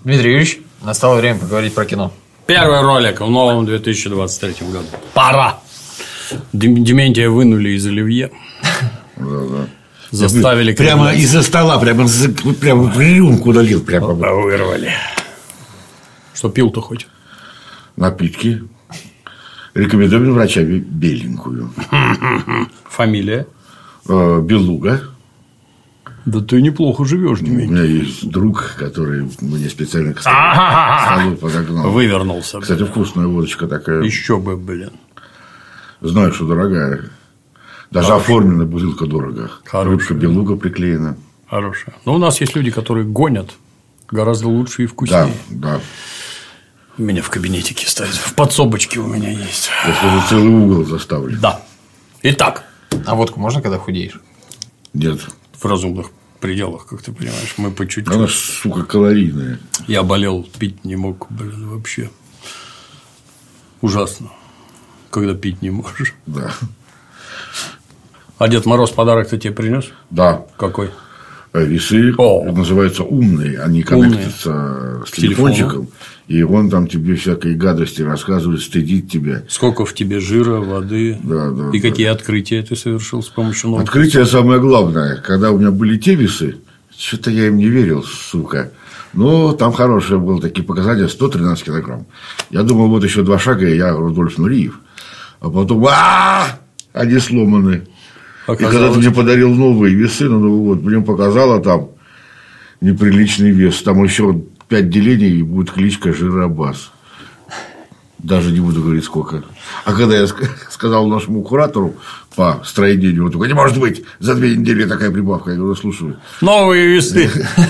Дмитрий Юрьевич, настало время поговорить про кино. Первый ролик в новом 2023 году. Пора. Дементия вынули из оливье. Заставили. Прямо из-за стола, прямо в рюмку налил. Прямо вырвали. Что пил-то хоть? Напитки. Рекомендую врача беленькую. Фамилия? Белуга. Да ты неплохо живешь, Дементий. У меня есть друг, который мне специально к столу подогнал. Вывернулся. Кстати, вкусная водочка такая. Еще бы, блин. Знаю, что дорогая. Даже оформлена бутылка дорого. Рыбка белуга приклеена. Хорошая. Но у нас есть люди, которые гонят гораздо лучше и вкуснее. Да. У меня в кабинетике стоит. В подсобочке у меня есть. Это уже целый угол заставлен. Да. Итак. А водку можно, когда худеешь? Нет. В разумных пределах, как ты понимаешь. Мы по чуть-чуть. Она, сука, калорийная. Я болел, пить не мог, блин, вообще. Ужасно. Когда пить не можешь. Да. А Дед Мороз подарок-то тебе принес? Да. Какой? Весы. Называются умные. Они коннектятся с телефончиком. И он там тебе всякие гадости рассказывает, стыдит тебя. Сколько в тебе жира, воды. Да. И какие открытия ты совершил с помощью новых? Открытие самое главное. Когда у меня были те весы, что-то я им не верил, сука. Но там хорошие были такие показания, 113 килограмм. Я думал, вот еще 2 шага, и я Рудольф Нуриев. А потом они сломаны. И когда ты мне подарил новые весы на Новый год, мне показало там неприличный вес. Там еще 5 делений, и будет кличка Жиробас. Даже не буду говорить, сколько. А когда я сказал нашему куратору по строению, он такой: не может быть, за 2 недели такая прибавка. Я говорю: слушай. Новые весы.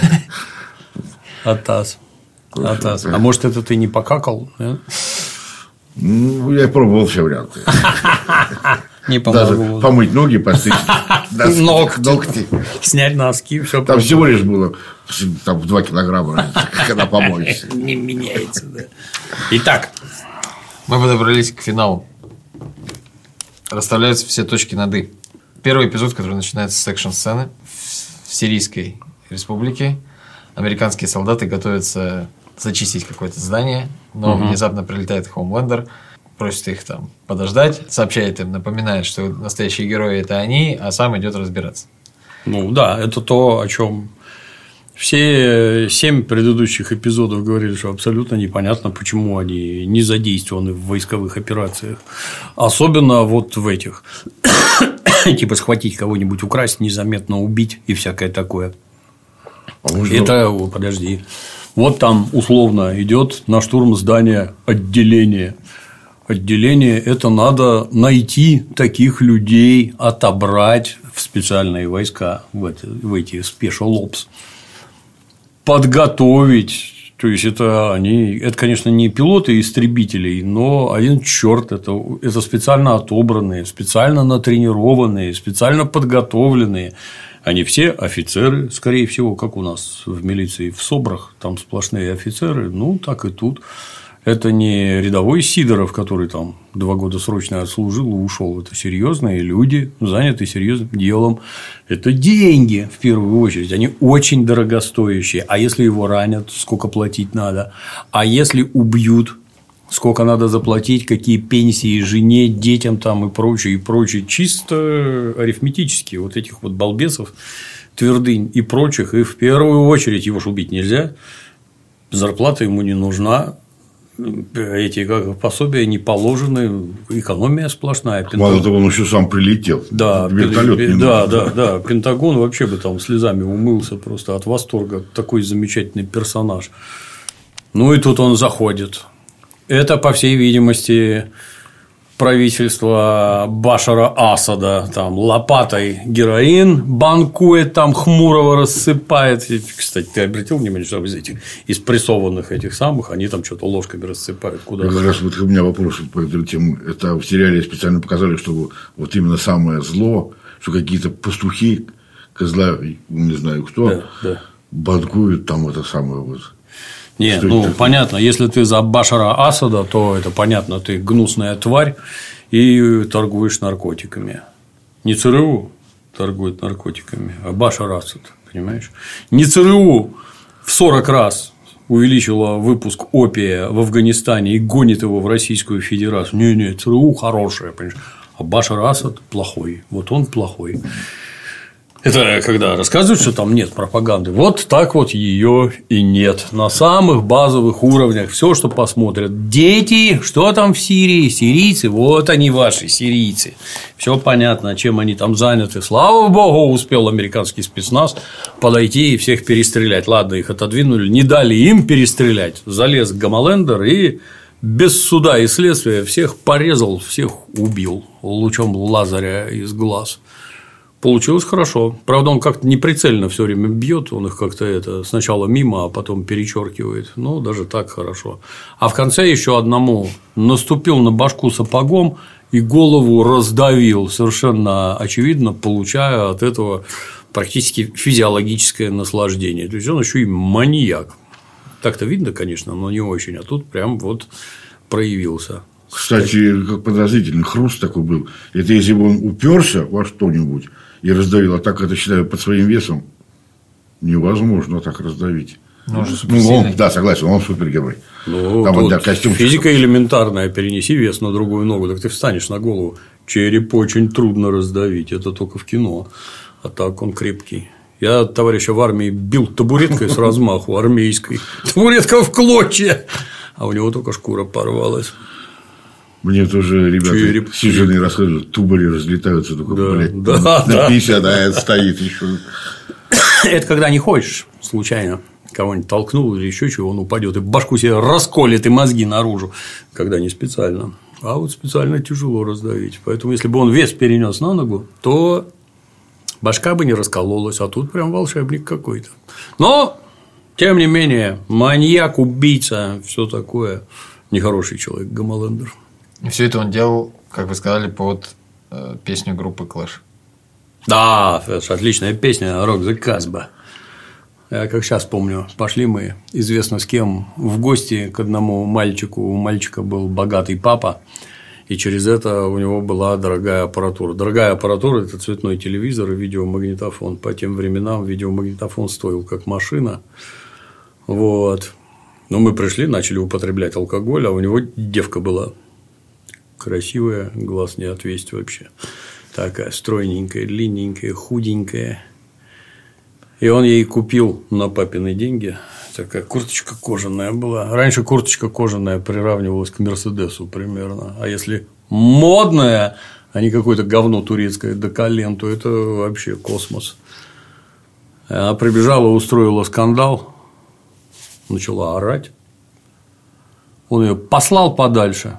Атас. А может, это ты не покакал? Ну, я пробовал все варианты. Не помогло. Даже помыть ноги, постричь ногти. Снять носки, все. Там всего лишь было там, 2 килограмма, когда помоешься. Не меняется, да. Итак, мы подобрались к финалу. Расставляются все точки над «и». Первый эпизод, который начинается с экшн-сцены в Сирийской республике. Американские солдаты готовятся зачистить какое-то здание, но внезапно прилетает Хоумлендер, просит их там подождать, сообщает им, напоминает, что настоящие герои – это они, а сам идет разбираться. Ну да, это то, о чем все 7 предыдущих эпизодов говорили, что абсолютно непонятно, почему они не задействованы в войсковых операциях. Особенно вот в этих. Типа схватить кого-нибудь, украсть, незаметно убить и всякое такое. Это, подожди. Вот там условно идет на штурм здания отделение. Отделение – это надо найти таких людей, отобрать в специальные войска, в эти Special Ops, подготовить. То есть, это, конечно, не пилоты истребителей, но один черт, это специально отобранные, специально натренированные, специально подготовленные. Они все офицеры, скорее всего, как у нас в милиции в СОБРах, там сплошные офицеры, ну, так и тут. Это не рядовой Сидоров, который там 2 года срочно отслужил и ушел. Это серьезные люди, заняты серьезным делом. Это деньги, в первую очередь. Они очень дорогостоящие. А если его ранят, сколько платить надо? А если убьют, сколько надо заплатить, какие пенсии жене, детям там и прочее, и прочее. Чисто арифметически вот этих вот балбесов, твердынь и прочих. И в первую очередь его ж убить нельзя. Зарплата ему не нужна. Эти пособия не положены, экономия сплошная. Мало того, он еще сам прилетел. Да, да. Пентагон вообще бы там слезами умылся просто от восторга. Такой замечательный персонаж. Ну и тут он заходит. Это, по всей видимости, правительство Башара Асада, там лопатой героин банкует, там хмурого рассыпает. Кстати, ты обратил внимание, что из прессованных этих самых они там что-то ложками рассыпают куда-то. Как раз вот у меня вопрос по этой теме. Это в сериале специально показали, чтобы вот именно самое зло, что какие-то пастухи, козла, не знаю кто, банкуют там это самое вот. Нет, ну понятно, если ты за Башара Асада, то это понятно, ты гнусная тварь и торгуешь наркотиками. Не ЦРУ торгует наркотиками, а Башар Асад, понимаешь? Не ЦРУ в 40 раз увеличила выпуск опия в Афганистане и гонит его в Российскую Федерацию. Не, ЦРУ хорошее, понимаешь? А Башар Асад плохой. Вот он плохой. Это когда рассказывают, что там нет пропаганды. Вот так вот ее и нет. На самых базовых уровнях все, что посмотрят. Дети, что там в Сирии? Сирийцы, вот они ваши сирийцы. Все понятно, чем они там заняты. Слава богу, успел американский спецназ подойти и всех перестрелять. Ладно, их отодвинули, не дали им перестрелять. Залез Гомолендер и без суда и следствия всех порезал, всех убил лучом лазеря из глаз. Получилось хорошо. Правда, он как-то неприцельно все время бьет, он их как-то сначала мимо, а потом перечеркивает. Ну, даже так хорошо. А в конце еще одному наступил на башку сапогом и голову раздавил, совершенно очевидно, получая от этого практически физиологическое наслаждение. То есть он еще и маньяк. Так-то видно, конечно, но не очень. А тут прям вот проявился. Кстати, как подозрительный хруст такой был. Это если бы он уперся во что-нибудь и раздавил, а так это считаю под своим весом невозможно так раздавить. Да, согласен, он супергерой. Там вот, да, физика элементарная, перенеси вес на другую ногу, так ты встанешь на голову. Череп очень трудно раздавить, это только в кино, а так он крепкий. Я товарища в армии бил табуреткой с размаху армейской, табуретка в клочья, а у него только шкура порвалась. Мне тоже ребята сиженые рассказывают, тубали разлетаются, только, на 50, а это стоит еще. Это когда не хочешь, случайно кого-нибудь толкнул или еще чего, он упадет и башку себе расколет и мозги наружу, когда не специально. А вот специально тяжело раздавить. Поэтому, если бы он вес перенес на ногу, то башка бы не раскололась, а тут прям волшебник какой-то. Но, тем не менее, маньяк, убийца, все такое, нехороший человек Гомолендер. И все это он делал, как вы сказали, под песню группы Clash. Да, это же отличная песня Rock the Casbah. Я как сейчас помню, пошли мы, известно с кем, в гости к одному мальчику. У мальчика был богатый папа, и через это у него была дорогая аппаратура. Дорогая аппаратура – это цветной телевизор и видеомагнитофон. По тем временам видеомагнитофон стоил как машина. Вот. Но мы пришли, начали употреблять алкоголь, а у него девка была красивая, глаз не отвесть вообще. Такая стройненькая, длинненькая, худенькая. И он ей купил на папины деньги. Такая курточка кожаная была. Раньше курточка кожаная приравнивалась к Мерседесу примерно. А если модная, а не какое-то говно турецкое до колен, то это вообще космос. Она прибежала, устроила скандал, начала орать. Он ее послал подальше.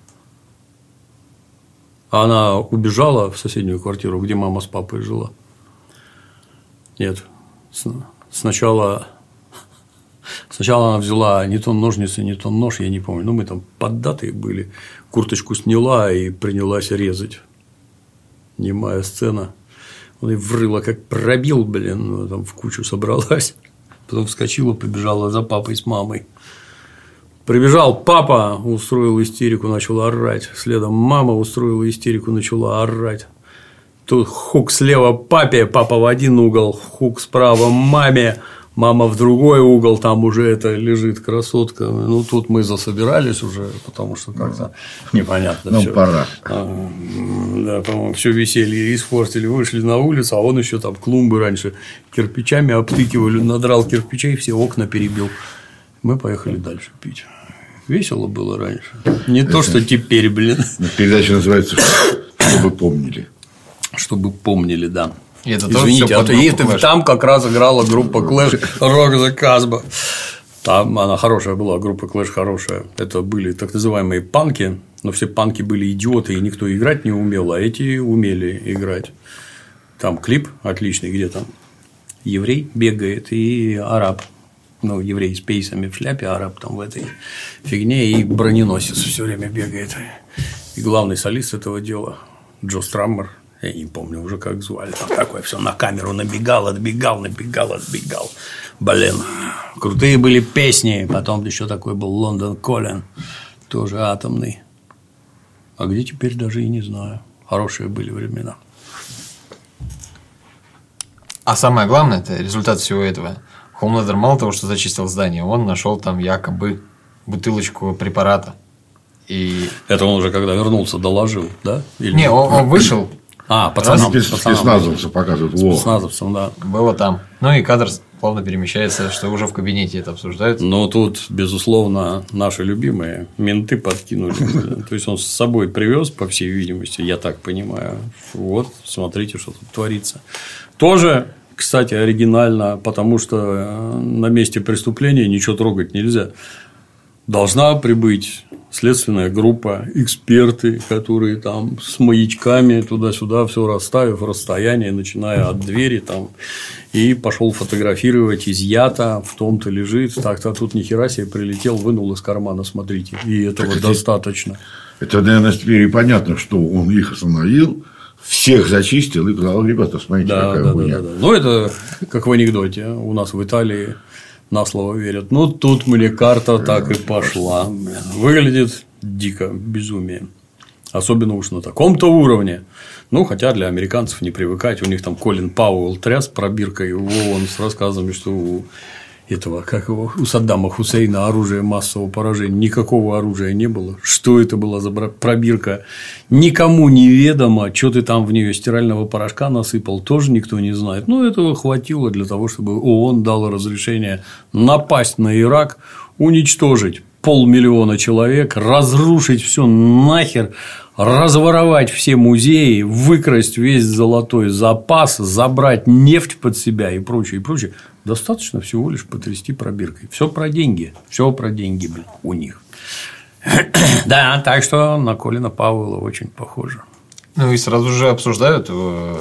А она убежала в соседнюю квартиру, где мама с папой жила. Нет. Сначала она взяла не то ножницы, не то нож, я не помню. Ну, мы там поддатые были. Курточку сняла и принялась резать. Немая сцена. Он и врыла, как пробил, там в кучу собралась. Потом вскочила, побежала за папой с мамой. Прибежал папа, устроил истерику, начал орать. Следом мама устроила истерику, начала орать. Тут хук слева папе, папа в один угол, хук справа маме, мама в другой угол, там уже лежит красотка. Ну, тут мы засобирались уже, потому что как-то непонятно. Ну, пора. Да, по-моему, все веселье испортили, вышли на улицу, а он еще там клумбы раньше кирпичами обтыкивали, надрал кирпичей, все окна перебил. Мы поехали дальше пить. Весело было раньше. Не то, что теперь, Передача называется «Чтобы помнили». Чтобы помнили, да. И это извините, а то там как раз играла группа Clash Rock the Casbah. Там она хорошая была, группа Clash хорошая. Это были так называемые панки, но все панки были идиоты, и никто играть не умел, а эти умели играть. Там клип отличный, где там еврей бегает и араб. Ну, еврей с пейсами в шляпе, араб там в этой фигне, и броненосец все время бегает. И главный солист этого дела Джо Страммер. Я не помню уже, как звали. Там такое все на камеру набегал, отбегал. Блин. Крутые были песни. Потом еще такой был Лондон Коллин. Тоже атомный. А где теперь, даже и не знаю. Хорошие были времена. А самое главное, это результат всего этого. Хомлендер мало того, что зачистил здание, он нашел там якобы бутылочку препарата. И... Это он уже когда вернулся, доложил, да? Или... Не, он вышел. Пацанам. Спецназовцы показывают. Спецназовцам, да. Было там. Ну и кадр плавно перемещается, что уже в кабинете это обсуждают. Но тут, безусловно, наши любимые менты подкинули. То есть он с собой привез, по всей видимости, я так понимаю. Вот, смотрите, что тут творится. Тоже, кстати, оригинально, потому что на месте преступления ничего трогать нельзя. Должна прибыть следственная группа, эксперты, которые там с маячками туда-сюда все расставив, расстояние, начиная от двери там, и пошел фотографировать, изъято, в том-то лежит, так-то тут ни хера себе прилетел, вынул из кармана, смотрите, и этого достаточно. Это, наверное, теперь и понятно, что он их остановил, всех зачистил и сказал: ребята, смотрите, какая хуйня. Да. Ну, это как в анекдоте, у нас в Италии на слово верят. Ну, тут мне карта так и пошла. Выглядит дико, безумие. Особенно уж на таком-то уровне. Ну, хотя для американцев не привыкать. У них там Колин Пауэлл тряс пробиркой в ООН с рассказами, что у этого, как его, у Саддама Хусейна оружие массового поражения. Никакого оружия не было. Что это была за пробирка? Никому неведомо. Что ты там в нее стирального порошка насыпал, тоже никто не знает. Но этого хватило для того, чтобы ООН дало разрешение напасть на Ирак, уничтожить 500 000 человек, разрушить все нахер, разворовать все музеи, выкрасть весь золотой запас, забрать нефть под себя и прочее, и прочее. Достаточно всего лишь потрясти пробиркой. Все про деньги. Все про деньги, блин, у них. Да, так что на Колина Пауэлла очень похоже. Ну и сразу же обсуждают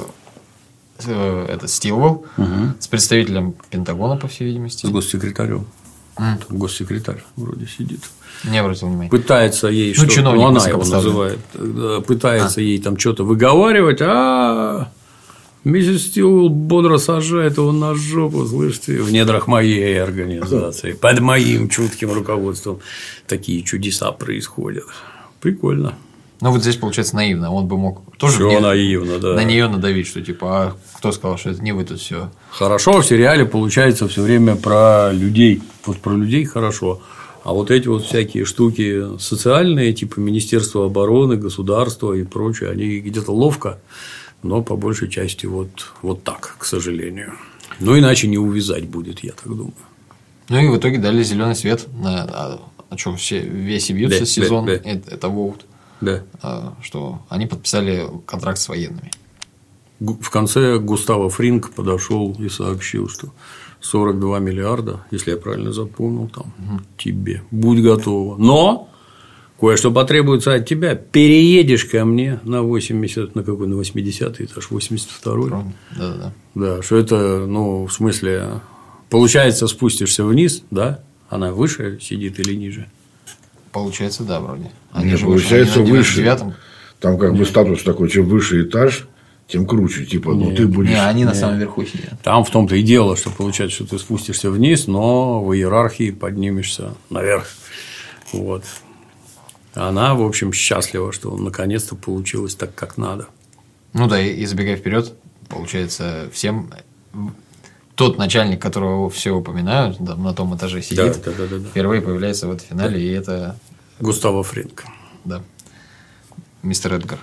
этот Стилвелл с представителем Пентагона, по всей видимости. С госсекретарем. Там госсекретарь вроде сидит. Не обратил внимания. Пытается ей что-то, ну, она его называет, пытается ей там что-то выговаривать, миссис Стилвелл бодро сажает его на жопу, слышите, в недрах моей организации, под моим чутким руководством такие чудеса происходят. Прикольно. Ну, вот здесь получается наивно. Он бы мог тоже все наивно, да. На нее надавить, что типа, кто сказал, что это не вы тут все. Хорошо, в сериале получается все время про людей. Вот про людей хорошо. А вот эти вот всякие штуки социальные, типа Министерства обороны, государства и прочее, они где-то ловко, но по большей части вот так, к сожалению. Ну, иначе не увязать будет, я так думаю. Ну и в итоге дали зеленый свет на о чем весь и бьются сезон. Это Воут. Да. Что они подписали контракт с военными. В конце Густаво Фринк подошел и сообщил, что 42 миллиарда, если я правильно запомнил, там тебе будь готово. Но кое-что потребуется от тебя. Переедешь ко мне на 80, на какой, на 80-й этаж, 82-й. Да. Да, что это, ну, в смысле, получается, спустишься вниз, да? Она выше сидит или ниже? Получается, да, вроде. Они же получается выше. Там как бы статус такой: чем выше этаж, тем круче. Типа, ну ты будешь. Не, они на самом верху сидят. Там в том-то и дело, что получается, что ты спустишься вниз, но в иерархии поднимешься наверх. Вот. Она, в общем, счастлива, что наконец-то получилось так, как надо. Ну да, и забегая вперед, получается, всем. Тот начальник, которого все упоминают, там, на том этаже сидит, впервые появляется в этом финале, и это… Густаво Фринк. Да. Мистер Эдгар.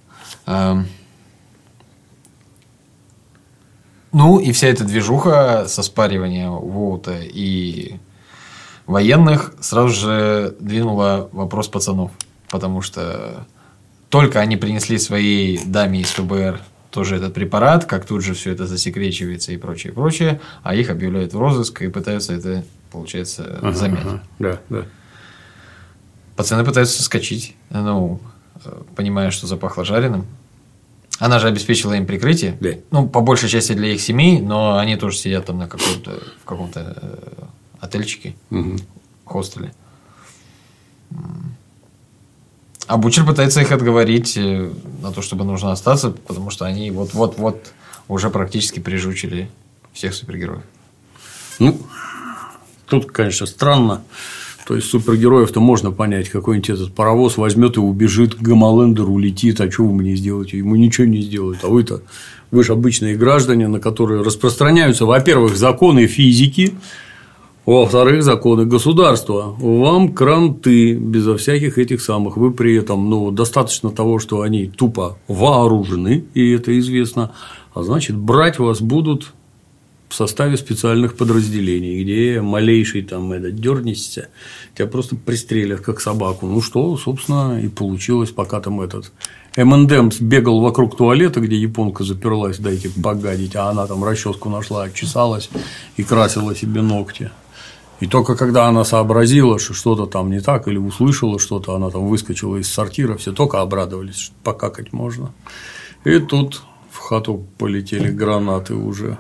Ну, и вся эта движуха со спаривания Воута и военных сразу же двинула вопрос пацанов. Потому что только они принесли своей даме из ФБР тоже этот препарат, как тут же все это засекречивается и прочее, а их объявляют в розыск и пытаются это, получается, замять. Да. Пацаны пытаются соскочить, ну, понимая, что запахло жареным. Она же обеспечила им прикрытие, ну, по большей части для их семей, но они тоже сидят там в каком-то отельчике, хостеле. А Бутчер пытается их отговорить на то, чтобы нужно остаться, потому что они вот уже практически прижучили всех супергероев. Ну, тут, конечно, странно То есть супергероев-то можно понять, какой-нибудь этот паровоз возьмет и убежит к Гомолендеру, улетит, а что вы мне сделаете? Ему ничего не сделают. А вы же обычные граждане, на которые распространяются, во-первых, законы физики, во-вторых, законы государства. Вам кранты безо всяких этих самых. Вы при этом, достаточно того, что они тупо вооружены, и это известно, а значит, брать вас будут в составе специальных подразделений, где малейший дернешься, тебя просто пристрелят как собаку. Что, собственно, и получилось, пока там этот M&M's бегал вокруг туалета, где японка заперлась, дайте погадить, а она там расческу нашла, чесалась и красила себе ногти. И только когда она сообразила, что что-то там не так, или услышала что-то, она там выскочила из сортира, все только обрадовались, что покакать можно. И тут в хату полетели гранаты уже.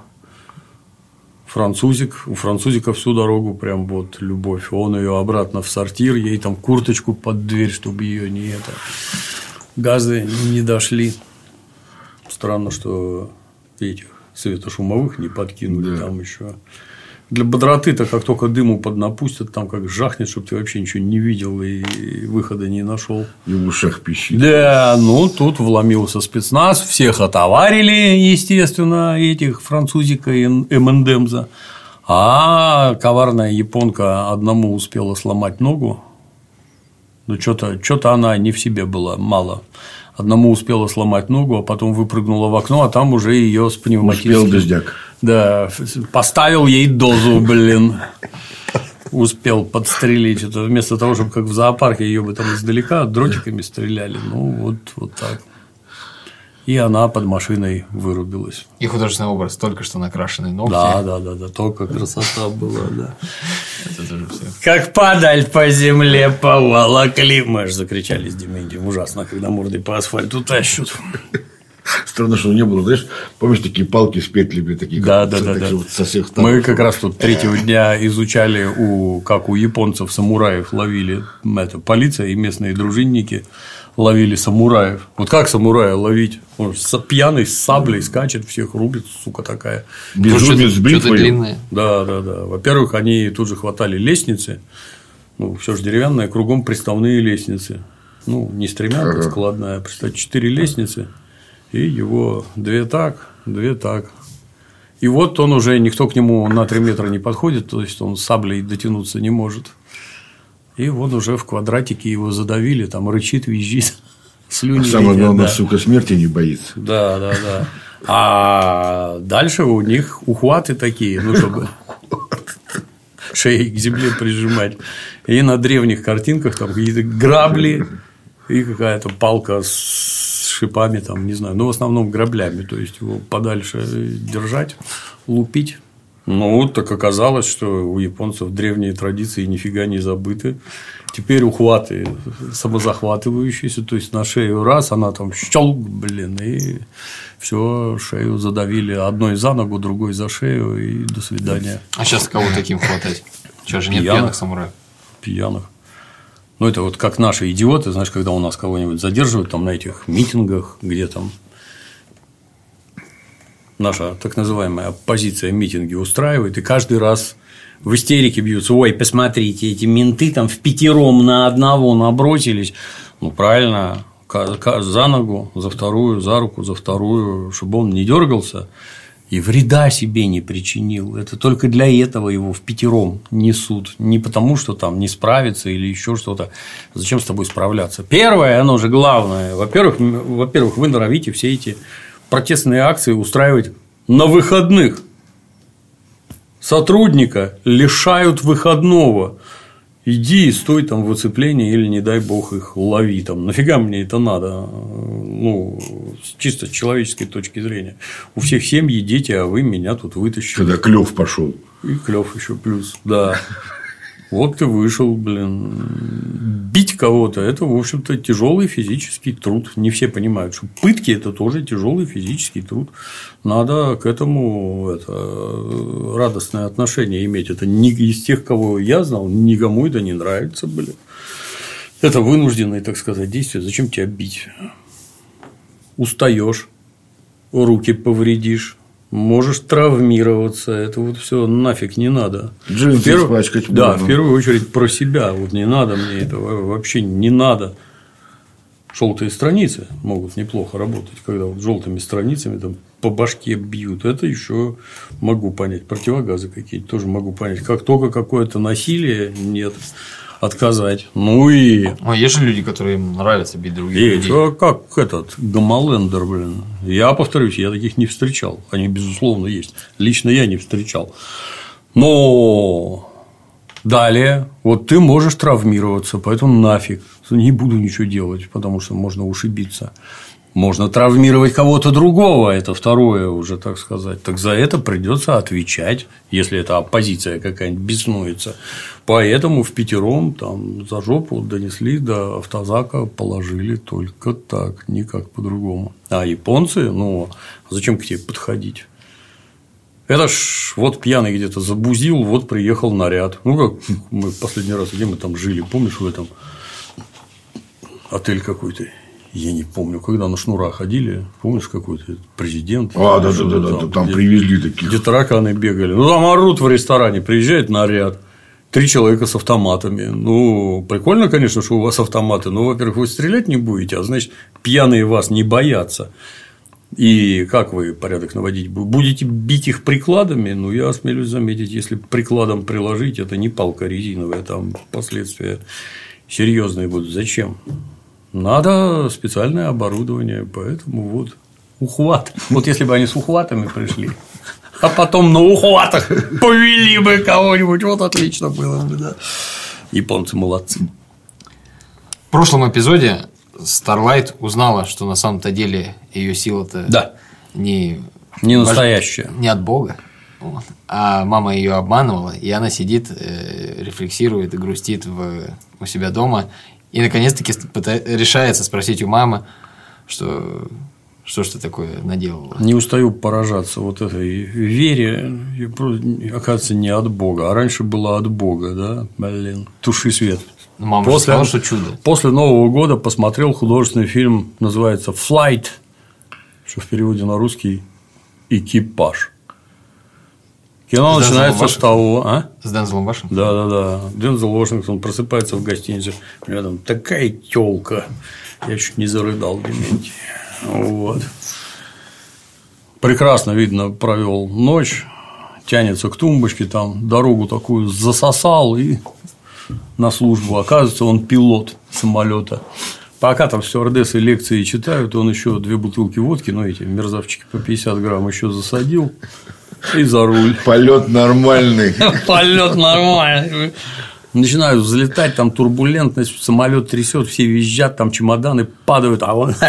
У французика всю дорогу прям любовь. Он ее обратно в сортир, ей там курточку под дверь, чтобы ее газы не дошли. Странно, что этих светошумовых не подкинули, да. Там еще. Для бодроты-то, как только дыму поднапустят, там как жахнет, чтобы ты вообще ничего не видел и выхода не нашел. И в ушах пищит. Да, тут вломился спецназ, всех отоварили, естественно, этих французика и M&M's. А коварная японка одному успела сломать ногу. Что-то она не в себе была, мало. Одному успела сломать ногу, а потом выпрыгнула в окно, а там уже ее с пневматическим. Успел дождяк. Да, поставил ей дозу, успел подстрелить. Это вместо того, чтобы как в зоопарке ее бы там издалека дротиками стреляли. Вот так. И она под машиной вырубилась. И художественный образ, только что накрашенный ногти. Да, только красота была, да. Это тоже все. Как падаль по земле поволокли. Мы аж закричали с Дементьевым. Ужасно, когда мордой по асфальту тащут. Странно, что не было, знаешь, помнишь, такие палки с петлями, такие, да. Вот со всех сторон. Мы как раз тут третьего дня изучали, как у японцев самураев ловили, полиция и местные дружинники ловили самураев. Вот как самурая ловить? Он пьяный с саблей скачет, всех рубит, сука такая. Безумец с бритвой. длинное. Да. Во-первых, они тут же хватали лестницы, все же деревянное, кругом приставные лестницы. Не стремянка складная, а представьте, 4 лестницы. И его 2 так. И вот он уже, никто к нему на 3 метра не подходит, то есть он с саблей дотянуться не может. И вот уже в квадратике его задавили, там рычит, визжит, слюни. Самое главное, сука, смерти не боится. Да. А дальше у них ухваты такие, чтобы шеи к земле прижимать. И на древних картинках там какие-то грабли и какая-то палка с шипами, там, не знаю, в основном граблями, то есть его подальше держать, лупить. Так оказалось, что у японцев древние традиции нифига не забыты. Теперь ухваты самозахватывающиеся, то есть на шею раз, она там щелк, и все, шею задавили одной за ногу, другой за шею, и до свидания. А сейчас кого таким хватать? Сейчас же нет пьяных самураев. Пьяных. Это вот как наши идиоты, знаешь, когда у нас кого-нибудь задерживают там на этих митингах, где там наша так называемая оппозиция митинги устраивает, и каждый раз в истерике бьются. Ой, посмотрите, эти менты там впятером на одного набросились. Правильно, за ногу, за вторую, за руку, за вторую, чтобы он не дергался и вреда себе не причинил. Это только для этого его впятером несут. Не потому, что там не справится или еще что-то. Зачем с тобой справляться? Первое, оно же главное. Во-первых, вы норовите все эти протестные акции устраивать на выходных. Сотрудника лишают выходного. Иди, стой там в оцеплении или, не дай бог, их лови там. Нафига мне это надо? Чисто с человеческой точки зрения. У всех семьи, дети, а вы меня тут вытащили. Когда клев пошел. И клев еще плюс, да. Вот ты вышел, бить кого-то – это, в общем-то, тяжелый физический труд. Не все понимают, что пытки – это тоже тяжелый физический труд. Надо к этому радостное отношение иметь. Это не из тех, кого я знал, никому это не нравится, Это вынужденные, так сказать, действия. Зачем тебя бить? Устаешь, руки повредишь, можешь травмироваться. Это вот все нафиг не надо. Джинсы испачкать можно. Да, в первую очередь про себя. Вот не надо мне этого, вообще не надо. Желтые страницы могут неплохо работать, когда вот желтыми страницами там по башке бьют. Это еще могу понять. Противогазы какие-то тоже могу понять. Как только какое-то насилие, нет, отказать. Ну и. Есть же люди, которые им нравится бить других людей. А как этот Гомолендер, блин. Я повторюсь, я таких не встречал. Они, безусловно, есть. Лично я не встречал. Но далее, вот ты можешь травмироваться, поэтому нафиг. Не буду ничего делать, потому что можно ушибиться. Можно травмировать кого-то другого, это второе уже, так сказать. Так за это придется отвечать, если это оппозиция какая-нибудь беснуется. Поэтому впятером там за жопу донесли до автозака, положили только так, никак по-другому. А японцы, ну, зачем к тебе подходить? Это ж вот пьяный где-то забузил, вот приехал наряд. Ну, как мы последний раз, где мы там жили, помнишь, в этом отель какой-то? Я не помню, когда на шнурах ходили, помнишь, какой-то президент? Да, там привезли таких. Где тараканы бегали. Ну, там орут в ресторане, приезжает наряд, 3 человека с автоматами. Ну, прикольно, конечно, что у вас автоматы, но, во-первых, вы стрелять не будете, а значит, пьяные вас не боятся. И как вы порядок наводить будете? Бить их прикладами? Ну, я осмелюсь заметить, если прикладом приложить, это не палка резиновая, там последствия серьезные будут. Зачем? Надо специальное оборудование, поэтому вот ухват. Вот если бы они с ухватами пришли, а потом на ухватах повели бы кого-нибудь, вот отлично было бы, да. Японцы молодцы. В прошлом эпизоде Starlight узнала, что на самом-то деле ее сила-то не настоящая, не от Бога. Вот. А мама ее обманывала, и она сидит, рефлексирует и грустит у себя дома. И наконец-таки решается спросить у мамы, что ж ты такое наделала. Не устаю поражаться вот этой вере, оказывается, не от Бога. А раньше было от Бога, да? Блин, туши свет. Мама сказала, что чудо. После Нового года посмотрел художественный фильм, называется «Flight», что в переводе на русский «Экипаж». Кино начинается с того, С Дензелом Вашингтоном? Да. Дензел Вашингтон просыпается в гостинице. У него там такая тёлка. Я чуть не зарыдал в дементе. Вот. Прекрасно, видно, провел ночь. Тянется к тумбочке, там дорогу такую засосал и на службу. Оказывается, он пилот самолета. Пока там стюардессы лекции читают, он еще 2 бутылки водки, ну, эти мерзавчики по 50 грамм еще засадил. И за руль. Полет нормальный. Полет нормальный. Начинают взлетать, там турбулентность, самолет трясет, все визжат, там чемоданы падают, а он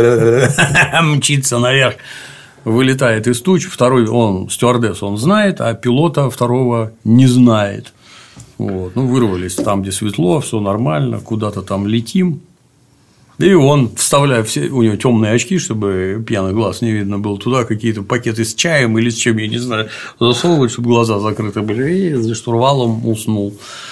мчится наверх. Вылетает из туч. Второй, он стюардесс, он знает, а пилота второго не знает. Вот. Ну, вырвались там, где светло, все нормально, куда-то там летим. И он, вставляя у него темные очки, чтобы пьяный глаз не видно было, туда какие-то пакеты с чаем или с чем, я не знаю, засовывать, чтобы глаза закрыты были, и за штурвалом уснул.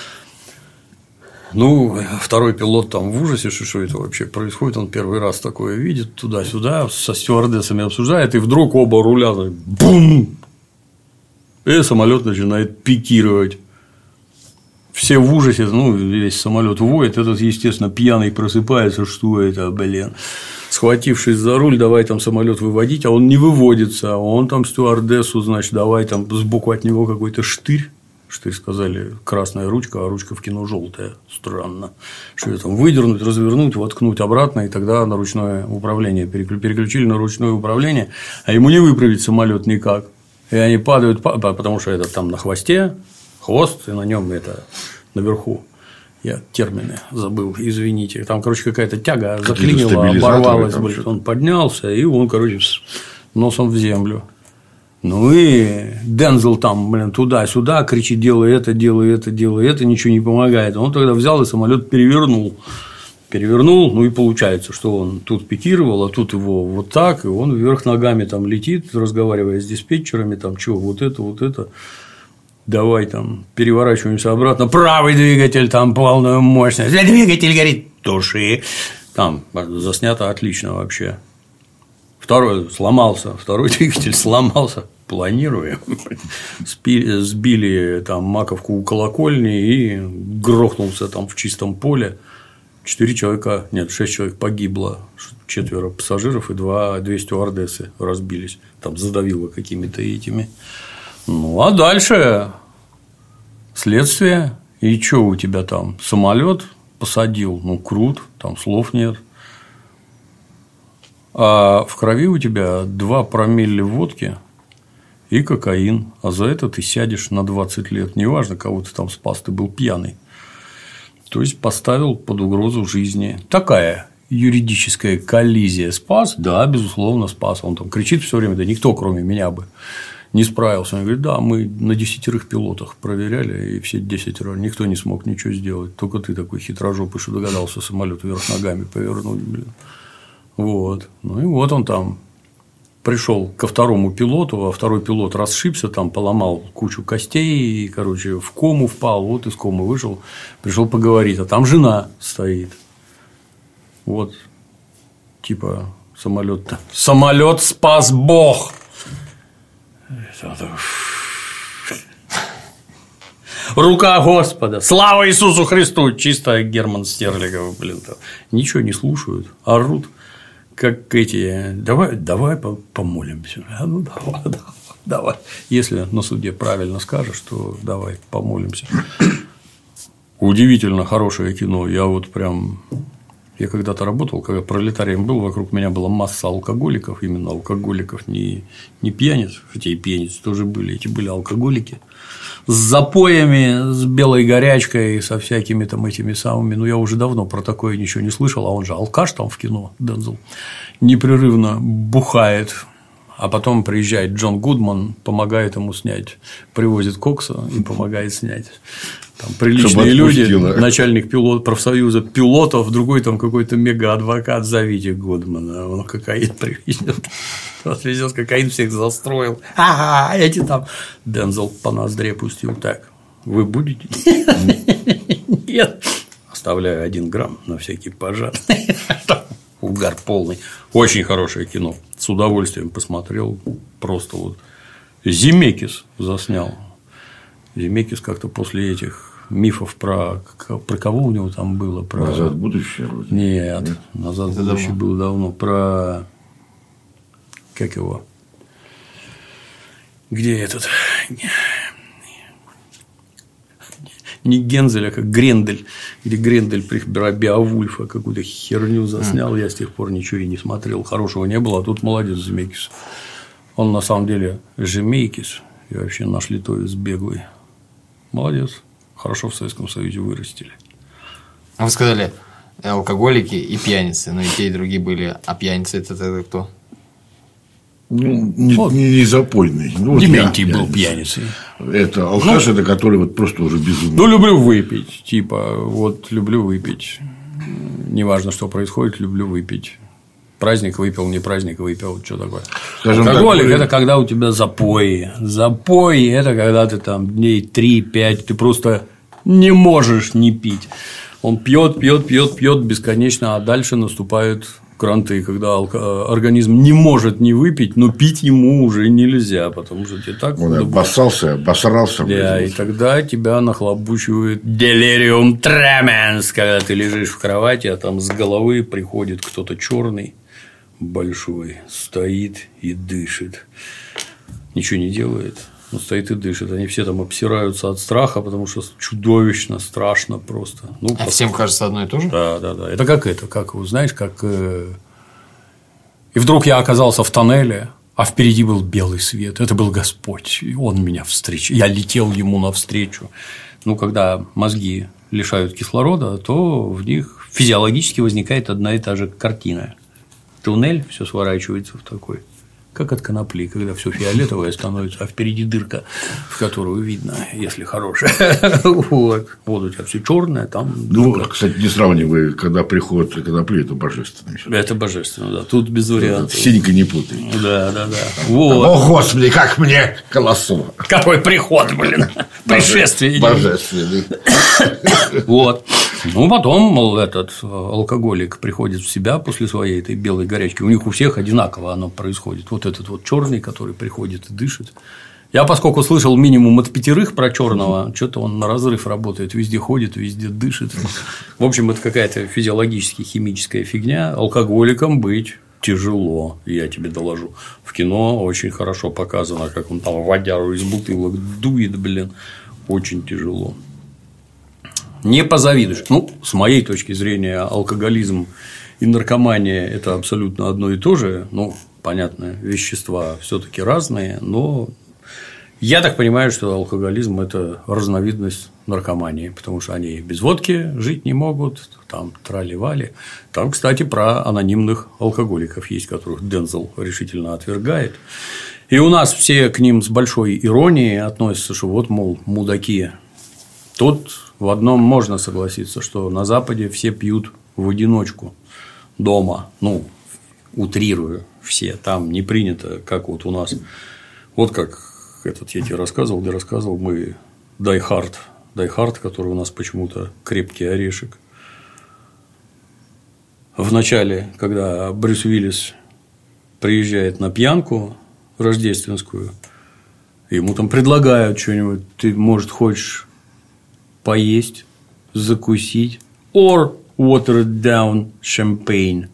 Ну, второй пилот там в ужасе, что это вообще происходит, он первый раз такое видит, туда-сюда, со стюардессами обсуждает, и вдруг оба руля, бум! И самолет начинает пикировать. Все в ужасе, ну, весь самолет воет, этот, естественно, пьяный просыпается, что это, блин. Схватившись за руль, давай там самолет выводить, а он не выводится, он там стюардессу, значит, давай там сбоку от него какой-то штырь. Штырь, сказали, красная ручка, а ручка в кино желтая. Странно. Что ее там выдернуть, развернуть, воткнуть обратно, и тогда на ручное управление. Переключили на ручное управление, а ему не выправить самолет никак. И они падают, потому что это там на хвосте. Хвост, и на нем это наверху. Я термины забыл, извините. Там, короче, какая-то тяга заклинила, оборвалась. Он поднялся, и он, короче, носом в землю. Ну и Дензел там, блин, туда-сюда кричит: делай это, ничего не помогает. Он тогда взял и самолет перевернул, ну и получается, что он тут пикировал, а тут его вот так, и он вверх ногами там летит, разговаривая с диспетчерами, там чего, вот это. Давай там переворачиваемся обратно. Правый двигатель, там полную мощность. Двигатель горит, туши. Там заснято отлично вообще. Второй двигатель сломался. планируем. Сбили там маковку у колокольни и грохнулся там в чистом поле. 6 человек погибло, 4 пассажиров и 2 стюардессы разбились. Там задавило какими-то этими. Ну, а дальше следствие. И что у тебя там? Самолет посадил? Ну, крут, там слов нет. А в крови у тебя 2 промилле водки и кокаин. А за это ты сядешь на 20 лет. Неважно, кого ты там спас, ты был пьяный. То есть поставил под угрозу жизни. Такая юридическая коллизия. Спас? Да, безусловно, спас. Он там кричит все время, да никто, кроме меня, бы не справился. Он говорит, да, мы на 10 пилотах проверяли, и все 10 никто не смог ничего сделать. Только ты такой хитрожопый, что догадался самолет вверх ногами повернуть. Блин. Вот. Ну и вот он там пришел ко 2-му пилоту, а 2-й пилот расшибся, там поломал кучу костей, и, короче, в кому впал, вот из комы вышел, пришел поговорить, а там жена стоит. Вот, типа, самолет спас Бог. Рука Господа, слава Иисусу Христу, чисто Герман Стерлигов, блин, там. Ничего не слушают, орут. Как эти, давай помолимся. Ну, давай. Если на суде правильно скажешь, то давай помолимся. Удивительно хорошее кино. Я когда-то работал, когда пролетарием был, вокруг меня была масса алкоголиков, именно алкоголиков, не пьяниц, хотя и пьяницы тоже были, эти были алкоголики. С запоями, с белой горячкой, со всякими там этими самыми. Ну, я уже давно про такое ничего не слышал, а он же алкаш там в кино, Дензел, непрерывно бухает. А потом приезжает Джон Гудман, помогает ему снять, привозит кокса и помогает снять. Там приличные люди, начальник профсоюза пилотов, другой там какой-то мега-адвокат, зовите Гудмана, он кокаин привезет. Вот везет кокаин, всех застроил. Ага, эти там. Дензел по ноздре пустил. Так, вы будете? Нет. Оставляю 1 грамм на всякий пожар. Угар полный. Очень хорошее кино. С удовольствием посмотрел. Просто вот. Земекис заснял. Земекис как-то после этих мифов про кого у него там было? Про... «Назад в будущее». Нет, «Назад в будущее» было давно. Про... Как его? Где этот? Не Гензель, а как Грендель. Где Грендель про Беовульфа какую-то херню заснял. Я с тех пор ничего и не смотрел. Хорошего не было. А тут молодец Земекис. Он на самом деле Жемейкис. И вообще наш литовец беглый. Молодец. Хорошо в Советском Союзе вырастили. А вы сказали алкоголики и пьяницы. Но и те, и другие были. А пьяницы это тогда кто? Ну, не запойный. Ну, Дементий был пьяницей. Это алкаш, это который вот просто уже безумный. Ну, люблю выпить. Типа, вот люблю выпить. Неважно, что происходит, люблю выпить. Праздник выпил, не праздник выпил. Что такое? Скажем алкоголик так, это когда у тебя запои. Запои это когда ты там дней 3-5, ты просто не можешь не пить. Он пьет бесконечно, а дальше наступают кранты, когда организм не может не выпить, но пить ему уже нельзя, потому что тебе так... Он обоссался. Да, и тогда тебя нахлобучивает делириум тременс, когда ты лежишь в кровати, а там с головы приходит кто-то черный, большой, стоит и дышит. Ничего не делает. Он стоит и дышит. Они все там обсираются от страха, потому что чудовищно, страшно просто. Ну, всем кажется одно и то же? Да. Это как знаешь, как... И вдруг я оказался в тоннеле, а впереди был белый свет. Это был Господь. И Он меня встречал. Я летел Ему навстречу. Ну, когда мозги лишают кислорода, то в них физиологически возникает одна и та же картина. Туннель, все сворачивается в такой. Как от конопли, когда все фиолетовое становится, а впереди дырка, в которую видно, если хорошая. Вот у тебя все черное, там. Ну, кстати, не сравнивай, когда приход конопли, это божественно. Это божественно, да. Тут без вариантов. Синька не путай. Да. Вот. О, Господи, как мне колосо. Какой приход, блин. Пришествие. Божественный. Вот. Ну, потом, мол, этот алкоголик приходит в себя после своей этой белой горячки. У них у всех одинаково оно происходит. Вот вот этот вот черный, который приходит и дышит. Я, поскольку слышал минимум от 5 про черного, что-то он на разрыв работает, везде ходит, везде дышит. В общем, это какая-то физиологически химическая фигня. Алкоголиком быть тяжело, я тебе доложу. В кино очень хорошо показано, как он там водяру из бутылок дует, блин. Очень тяжело. Не позавидуешь. Ну, с моей точки зрения, алкоголизм и наркомания – это абсолютно одно и то же. Ну, понятно, вещества все-таки разные, но я так понимаю, что алкоголизм – это разновидность наркомании, потому что они без водки жить не могут, там трали-вали. Там, кстати, про анонимных алкоголиков есть, которых Дензел решительно отвергает. И у нас все к ним с большой иронией относятся, что вот, мол, мудаки. Тут в одном можно согласиться, что на Западе все пьют в одиночку дома. Ну, утрирую все. Там не принято, как вот у нас. Вот как этот я тебе рассказывал, мы Die Hard, который у нас почему-то крепкий орешек. В начале, когда Брюс Уиллис приезжает на пьянку рождественскую, ему там предлагают что-нибудь, ты, может, хочешь поесть, закусить, or watered down champagne.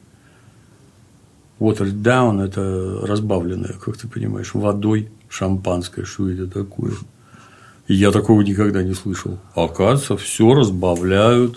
Watered down – это разбавленное, как ты понимаешь, водой шампанское. Что это такое? Я такого никогда не слышал. Оказывается, все разбавляют,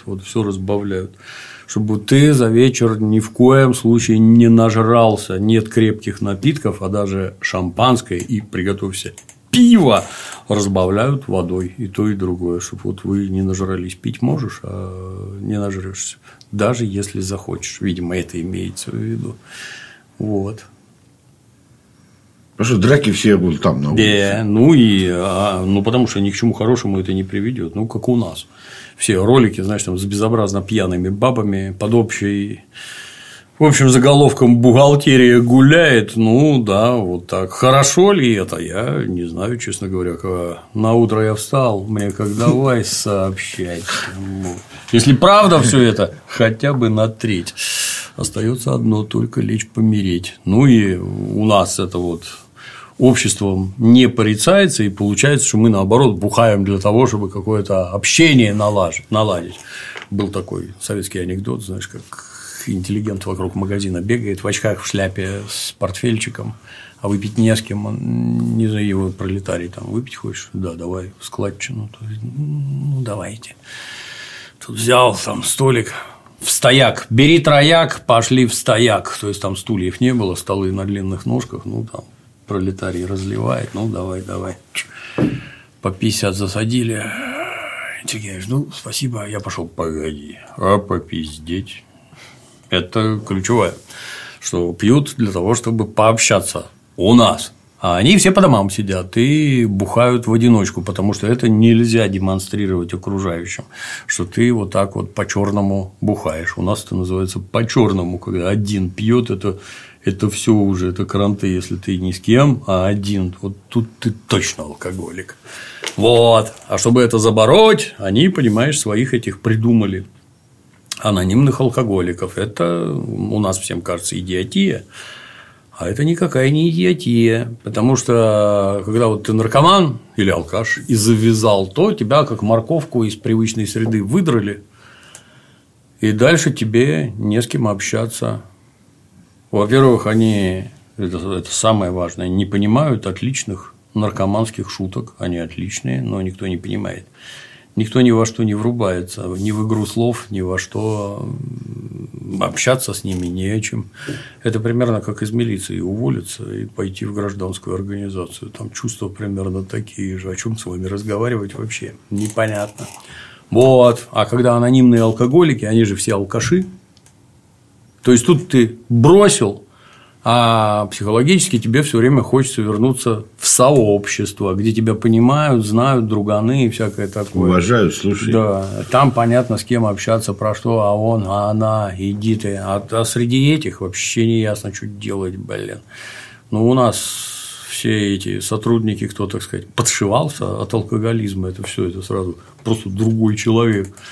чтобы ты за вечер ни в коем случае не нажрался. Нет крепких напитков, а даже шампанское и, приготовься, пиво разбавляют водой. И то, и другое. Чтобы вот вы не нажрались. Пить можешь, а не нажрешься. Даже если захочешь. Видимо, это имеется в виду. Вот. Потому что драки все будут там на улице. Потому что ни к чему хорошему это не приведет. Ну, как у нас. Все ролики, знаешь, там с безобразно пьяными бабами под общей, в общем, заголовком «Бухгалтерия гуляет». Ну, да, вот так. Хорошо ли это? Я не знаю, честно говоря. На утро я встал, мне как давай сообщать. Если правда все это, хотя бы на треть. Остается одно только лечь помереть. Ну и у нас это вот обществом не порицается, и получается, что мы наоборот бухаем для того, чтобы какое-то общение наладить. Был такой советский анекдот, знаешь, как интеллигент вокруг магазина бегает в очках, в шляпе с портфельчиком, а выпить не с кем, он, не знаю, его пролетарий там, выпить хочешь? Да, давай складчину. Ну, давайте. Тут взял там столик. В стояк. Бери трояк, пошли в стояк. То есть там стульев не было, столы на длинных ножках. Ну, там пролетарий разливает. Ну, давай. По 50 засадили. Сергеевич, ну, спасибо. Я пошел, погоди. А попиздеть. Это ключевое. Что пьют для того, чтобы пообщаться у нас. А они все по домам сидят и бухают в одиночку, потому что это нельзя демонстрировать окружающим, что ты вот так вот по-черному бухаешь. У нас это называется по-черному, когда один пьет, это все уже, это кранты, если ты не с кем, а один. Вот тут ты точно алкоголик. Вот. А чтобы это забороть, они, понимаешь, своих этих придумали. Анонимных алкоголиков. Это у нас всем кажется идиотия. А это никакая не идиотия, потому что когда вот ты наркоман или алкаш и завязал, то тебя как морковку из привычной среды выдрали, и дальше тебе не с кем общаться. Во-первых, они, это самое важное, не понимают отличных наркоманских шуток, они отличные, но никто не понимает. Никто ни во что не врубается, ни в игру слов, ни во что, общаться с ними не о чем. Это примерно как из милиции уволиться и пойти в гражданскую организацию. Там чувства примерно такие же. О чем с вами разговаривать вообще непонятно. Вот. А когда анонимные алкоголики, они же все алкаши. То есть тут ты бросил, а психологически тебе все время хочется вернуться в сообщество, где тебя понимают, знают, друганы и всякое такое. Уважают, слушай. Да, там понятно, с кем общаться, про что, а он, а она, иди ты. А среди этих вообще не ясно, что делать, блин. Ну, у нас все эти сотрудники, кто, так сказать, подшивался от алкоголизма, это все, это сразу просто другой человек.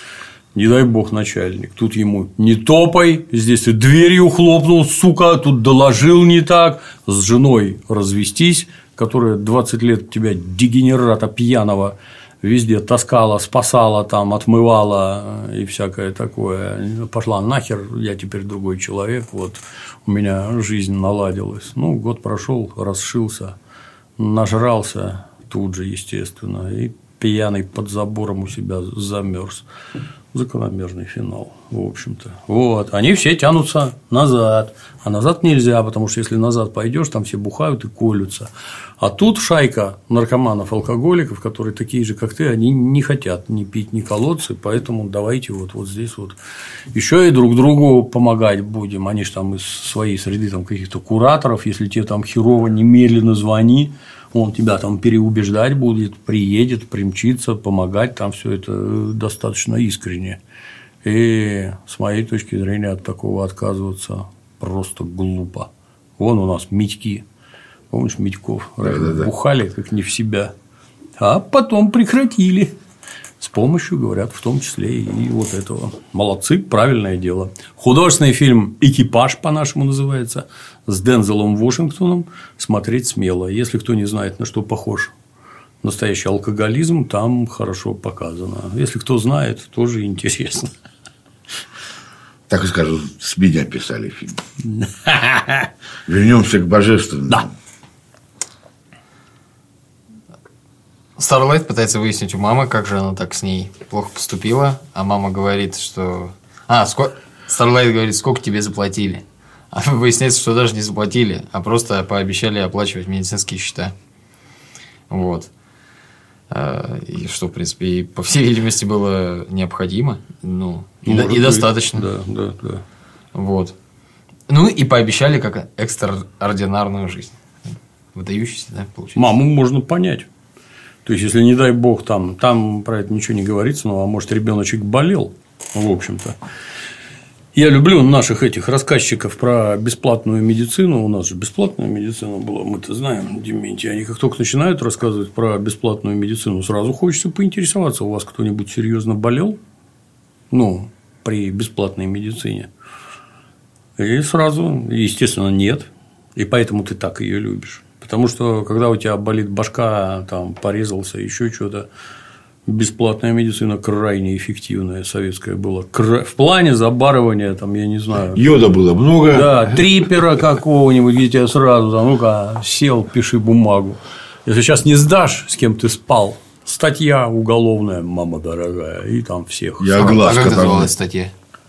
Не дай бог начальник. Тут ему не топай, здесь ты дверью хлопнул, сука, тут доложил не так. С женой развестись, которая 20 лет тебя, дегенерата пьяного, везде таскала, спасала, там, отмывала и всякое такое. Пошла нахер, я теперь другой человек, вот у меня жизнь наладилась. Ну, год прошел, расшился, нажрался тут же, естественно, и пьяный под забором у себя замерз. Закономерный финал, в общем-то. Вот. Они все тянутся назад. А назад нельзя, потому что если назад пойдешь, там все бухают и колются. А тут шайка наркоманов, алкоголиков, которые такие же, как ты, они не хотят ни пить, ни колоться, поэтому давайте вот здесь вот еще и друг другу помогать будем. Они же там из своей среды там каких-то кураторов, если тебе там херово, немедленно звони. Он тебя там переубеждать будет, приедет, примчится, помогать, там все это достаточно искренне. И с моей точки зрения от такого отказываться просто глупо. Вон у нас Митьки, помнишь Митьков, бухали как не в себя, а потом прекратили. С помощью, говорят, в том числе и вот этого. Молодцы, правильное дело. Художественный фильм «Экипаж» по-нашему называется, с Дензелом Вашингтоном, смотреть смело. Если кто не знает, на что похож настоящий алкоголизм, там хорошо показано. Если кто знает, тоже интересно. Так и скажу, с меня писали фильм. Вернемся к божественному. Да. Starlight пытается выяснить у мамы, как же она так с ней плохо поступила, а мама говорит, что... Starlight говорит, сколько тебе заплатили? А выясняется, что даже не заплатили, а просто пообещали оплачивать медицинские счета. Вот. И что, в принципе, и, по всей видимости, было необходимо. И достаточно. Да. Вот. Ну, и пообещали как экстраординарную жизнь. Выдающийся, да, получается? Маму можно понять. То есть, если, не дай бог, там про это ничего не говорится, а может, ребеночек болел, в общем-то. Я люблю наших этих рассказчиков про бесплатную медицину. У нас же бесплатная медицина была, мы-то знаем, Дементий. Они как только начинают рассказывать про бесплатную медицину, сразу хочется поинтересоваться, у вас кто-нибудь серьезно болел? При бесплатной медицине. И сразу, естественно, нет. И поэтому ты так ее любишь. Потому что, когда у тебя болит башка, там, порезался, еще что-то, бесплатная медицина крайне эффективная, советская была. В плане забарывания, там, я не знаю. Йода было много. Да, трипера какого-нибудь, где тебя сразу, там, ну-ка, сел, пиши бумагу. Если сейчас не сдашь, с кем ты спал, статья уголовная, мама дорогая, и там всех. Я глазка как там. называлась статья?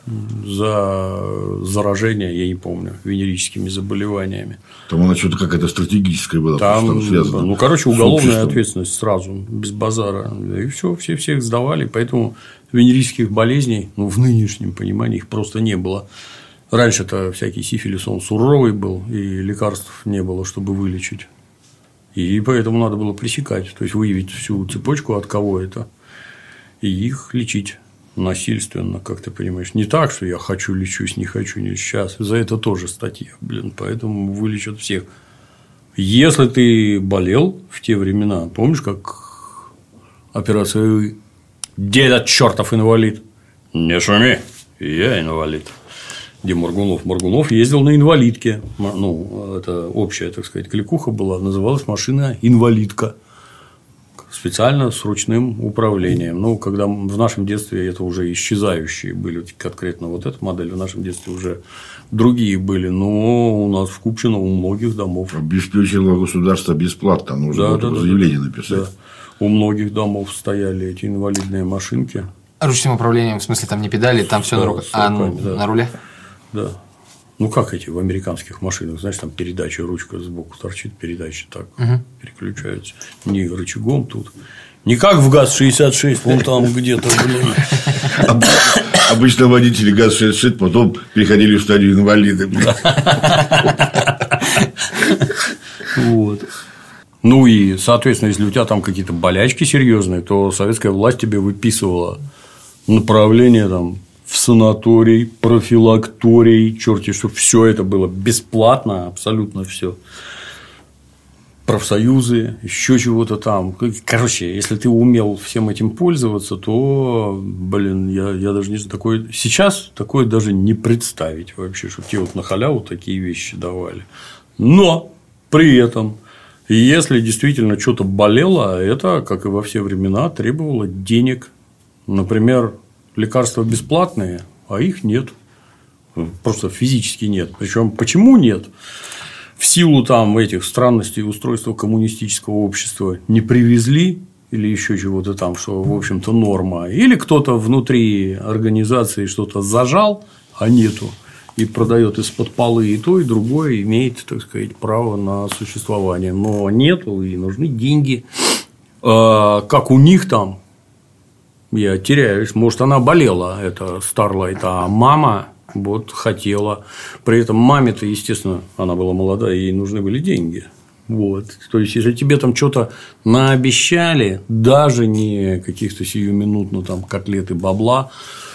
За заражение, я не помню, венерическими заболеваниями. Там она что-то какая-то стратегическая была. Там связано уголовная ответственность сразу, без базара. И все, всех сдавали. Поэтому венерических болезней, в нынешнем понимании, их просто не было. Раньше-то всякий сифилис, он суровый был, и лекарств не было, чтобы вылечить. И поэтому надо было пресекать, то есть выявить всю цепочку, от кого это, и их лечить. Насильственно, как ты понимаешь. Не так, что я хочу, лечусь, не хочу, не сейчас. За это тоже статья, поэтому вылечат всех. Если ты болел в те времена, помнишь, как операция «Деда чертов инвалид»? Не шуми, я инвалид. Где Моргунов ездил на инвалидке. Это общая, так сказать, кликуха была. Называлась машина «Инвалидка». Специально с ручным управлением. Когда в нашем детстве это уже исчезающие были, конкретно вот эта модель, в нашем детстве уже другие были, но у нас в Купчино у многих домов. Обеспечило государство бесплатно, нужно заявление написать. Да. У многих домов стояли эти инвалидные машинки. Ручным управлением, в смысле, там не педали, там все на руках, на руле? Да. Как эти в американских машинах, знаешь, там передача, ручка сбоку торчит, передача так переключается. Не рычагом тут. Не как в ГАЗ-66, вон там где-то, Обычно водители ГАЗ-66 потом переходили в стадию инвалида. Вот. И, соответственно, если у тебя там какие-то болячки серьезные, то советская власть тебе выписывала направление там в санаторий, профилакторий, черти что, все это было бесплатно, абсолютно все. профсоюзы, еще чего-то там. Короче, если ты умел всем этим пользоваться, то, блин, я даже не знаю, такое сейчас такое даже не представить вообще, что тебе вот на халяву такие вещи давали. Но при этом, если действительно что-то болело, это, как и во все времена, требовало денег. Например, лекарства бесплатные, а их нет. Просто физически нет. Причем почему нет? В силу там этих странностей устройства коммунистического общества не привезли или еще чего-то там, что, в общем-то, норма. Или кто-то внутри организации что-то зажал, а нету, и продает из-под полы и то, и другое имеет, так сказать, право на существование. Но нету, и нужны деньги. Как у них там, я теряюсь. Может, она болела, это Starlight, а мама вот хотела. При этом маме-то, естественно, она была молодая, ей нужны были деньги. Вот. То есть, если тебе там что-то наобещали, даже не каких-то сиюминутно там котлеты бабла,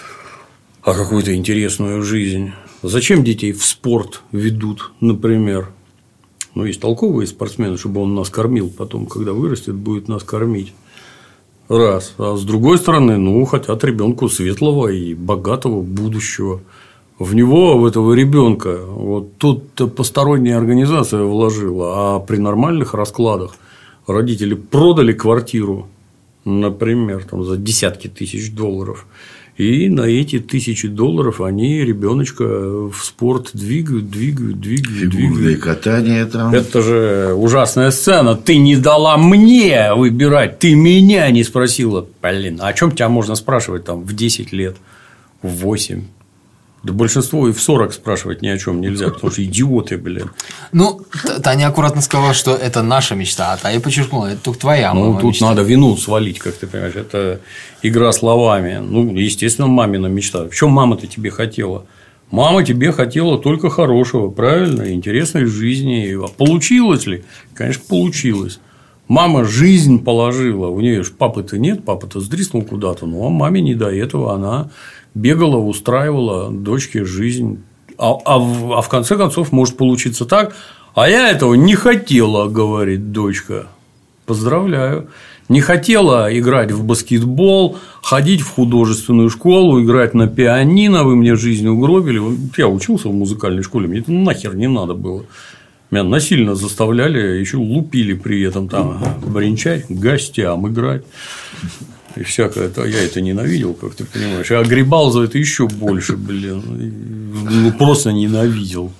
а какую-то интересную жизнь. Зачем детей в спорт ведут, например? Ну, есть толковые спортсмены, чтобы он нас кормил, потом, когда вырастет, будет нас кормить. Раз. А с другой стороны, ну, хотят ребенку светлого и богатого будущего. В него, в этого ребенка, вот тут посторонняя организация вложила, а при нормальных раскладах родители продали квартиру, например, там, за десятки тысяч долларов, и на эти $1000 они ребеночка в спорт двигают. Фигурное катание там. Это же ужасная сцена. Ты не дала мне выбирать, ты меня не спросила. Блин, а о чем тебя можно спрашивать там в 10 лет, в 8? Да большинство и в 40 спрашивать ни о чем нельзя, потому что идиоты, блин. Ну, Таня аккуратно сказала, что это наша мечта, а Таня подчеркнула, это только твоя мама. Ну, тут мечта. надо вину свалить, как ты понимаешь. Это игра словами. Ну, естественно, мамина мечта. В чем мама-то тебе хотела? Мама тебе хотела только хорошего, правильно, интересной жизни. А получилось ли? Конечно, получилось. Мама жизнь положила. У нее же папы-то нет, папа-то сдриснул куда-то. Ну, а маме не до этого. Она бегала, устраивала дочке жизнь. А в конце концов может получиться так. А я этого не хотела, говорит дочка. Поздравляю. Не хотела играть в баскетбол, ходить в художественную школу, играть на пианино. Вы мне жизнь угробили. Я учился в музыкальной школе, мне это нахер не надо было. Меня насильно заставляли, еще лупили при этом там бренчать, гостям играть. И всякое. Я это ненавидел, как ты понимаешь. Я огребал за это еще больше, блин. Ну, просто ненавидел.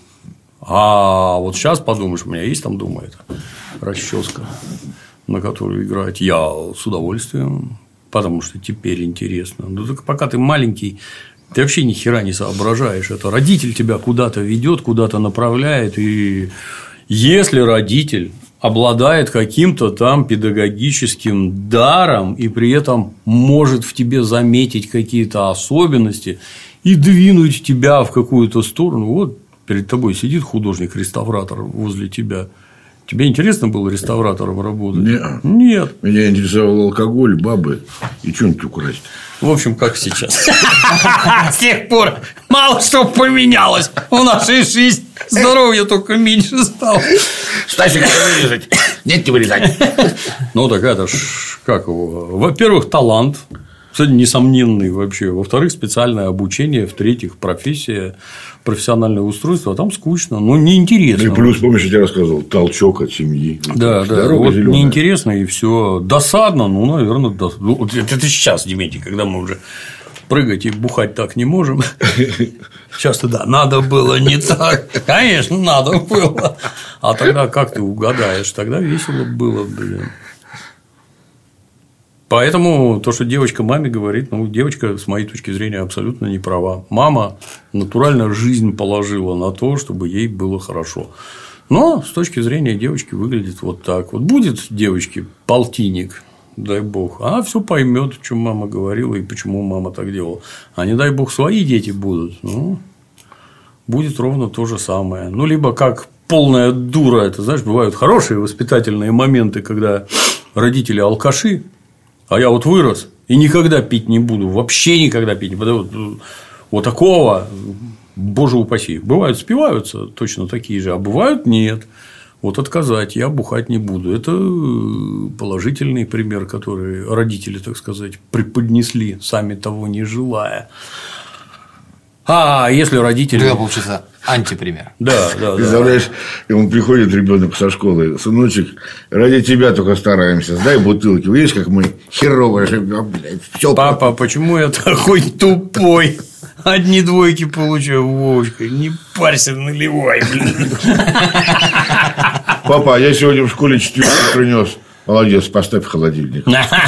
А вот сейчас подумаешь, у меня есть там дома эта расческа, на которую играть. Я с удовольствием, потому что теперь интересно. Но только пока ты маленький, ты вообще ни хера не соображаешь. Это родитель тебя куда-то ведет, куда-то направляет. И если родитель обладает каким-то там педагогическим даром и при этом может в тебе заметить какие-то особенности и двинуть тебя в какую-то сторону, вот перед тобой сидит художник-реставратор возле тебя. Тебе интересно было реставратором работать? Нет. Меня интересовал алкоголь, бабы и что-нибудь украсть. В общем, как сейчас. С тех пор мало что поменялось в нашей жизни. Здоровья только меньше стало. Стасик, вырезать. Нет, не вырезать. Ну, так это ж как его? Во-первых, талант. Несомненный вообще. Во-вторых, специальное обучение. В-третьих, профессия, профессиональное устройство. А там скучно, но неинтересно. И плюс, помнишь, я тебе рассказывал, толчок от семьи. Да, да. Вот неинтересно и все. Досадно, ну, наверное, досадно. Это сейчас, Дементий, когда мы уже прыгать и бухать так не можем. Сейчас-то да, надо было не так. Конечно, надо было. А тогда как ты угадаешь? Тогда весело было, блин. Поэтому то, что девочка маме говорит, ну, девочка, с моей точки зрения, абсолютно не права. Мама натурально жизнь положила на то, чтобы ей было хорошо. Но с точки зрения девочки выглядит вот так. Вот будет девочке полтинник, дай бог, она все поймет, о чем мама говорила и почему мама так делала. А не дай бог свои дети будут, ну, будет ровно то же самое. Ну, либо как полная дура, это, знаешь, бывают хорошие воспитательные моменты, когда родители алкаши. А я вот вырос и никогда пить не буду, вообще никогда пить не буду. Вот такого, боже упаси. Бывают спиваются точно такие же, а бывают нет. Вот отказать, я бухать не буду. Это положительный пример, который родители, так сказать, преподнесли, сами того не желая. А если родители... Тогда получится антипример. Да. Представляешь, и он приходит, ребенок со школы: сыночек, ради тебя только стараемся, сдай бутылки. Видишь, как мы херово живем, блядь. Всё. Папа, почему я такой тупой? Одни двойки получаю, Вовочка. Не парься, наливай, блин. Папа, я сегодня в школе 4 принес. Молодец, поставь в холодильник.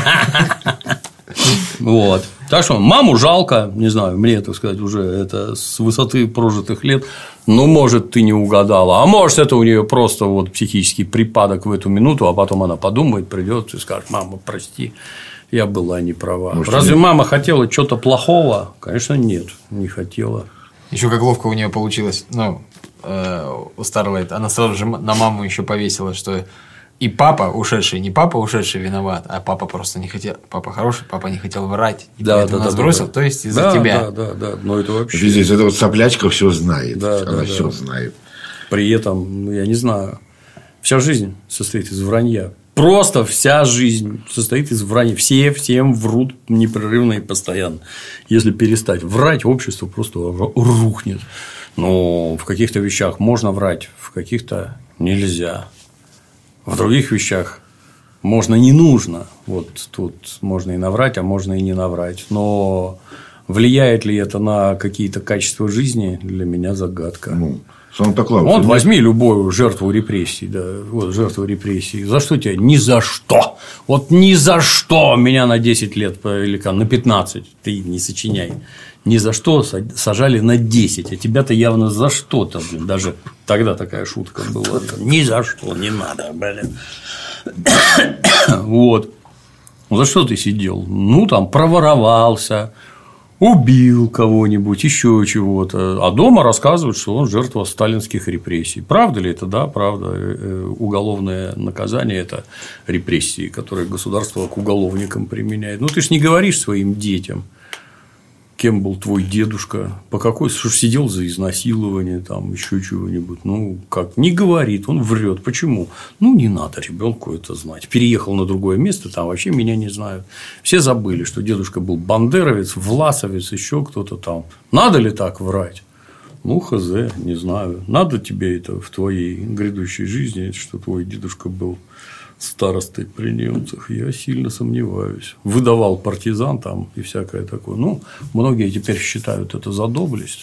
Вот. Так что маму жалко, не знаю, мне, так сказать, уже это с высоты прожитых лет. Ну, может, ты не угадала. А может, это у нее просто вот психический припадок в эту минуту, а потом она подумает, придет и скажет: мама, прости, я была не права. Может, разве нет? мама хотела чего-то плохого? Конечно, нет, не хотела. Еще как ловко у нее получилось. Ну, у Starlight. Она сразу же на маму еще повесила, что и папа ушедший, не папа ушедший виноват, а папа просто не хотел. Папа хороший, папа не хотел врать. И нас бросил, то есть из-за тебя. Да. Но это вообще. Здесь эта вот соплячка все знает. Да, она да, все да. знает. При этом, я не знаю, вся жизнь состоит из вранья. Просто вся жизнь состоит из вранья. Все всем врут непрерывно и постоянно. Если перестать врать, общество просто рухнет. Но в каких-то вещах можно врать, в каких-то нельзя. В других вещах можно, не нужно. Вот тут можно и наврать, а можно и не наврать. Но влияет ли это на какие-то качества жизни, для меня загадка. Ну, Санта-Клаус. Вот возьми любую жертву репрессий, да, вот жертву репрессий. За что тебя? Ни за что. Вот ни за что меня на 10 лет или на 15. Ты не сочиняй. Ни за что сажали на 10. А тебя-то явно за что-то, блин. Даже тогда такая шутка была. Ни за что не надо, блин. Вот. За что ты сидел? Ну, там, проворовался, убил кого-нибудь, еще чего-то. А дома рассказывают, что он жертва сталинских репрессий. Правда ли это? Да, правда. Уголовное наказание – это репрессии, которые государство к уголовникам применяет. Ну, ты ж не говоришь своим детям, кем был твой дедушка, по какой, что ж сидел за изнасилование, там еще чего-нибудь. Ну, как, не говорит, он врет. Почему? Ну, не надо ребенку это знать. Переехал на другое место, там вообще меня не знают. Все забыли, что дедушка был бандеровец, власовец, еще кто-то там. Надо ли так врать? Ну, хз, не знаю. Надо тебе это в твоей грядущей жизни, что твой дедушка был старостой при немцах, я сильно сомневаюсь. Выдавал партизан там и всякое такое. Ну, многие теперь считают это за доблесть.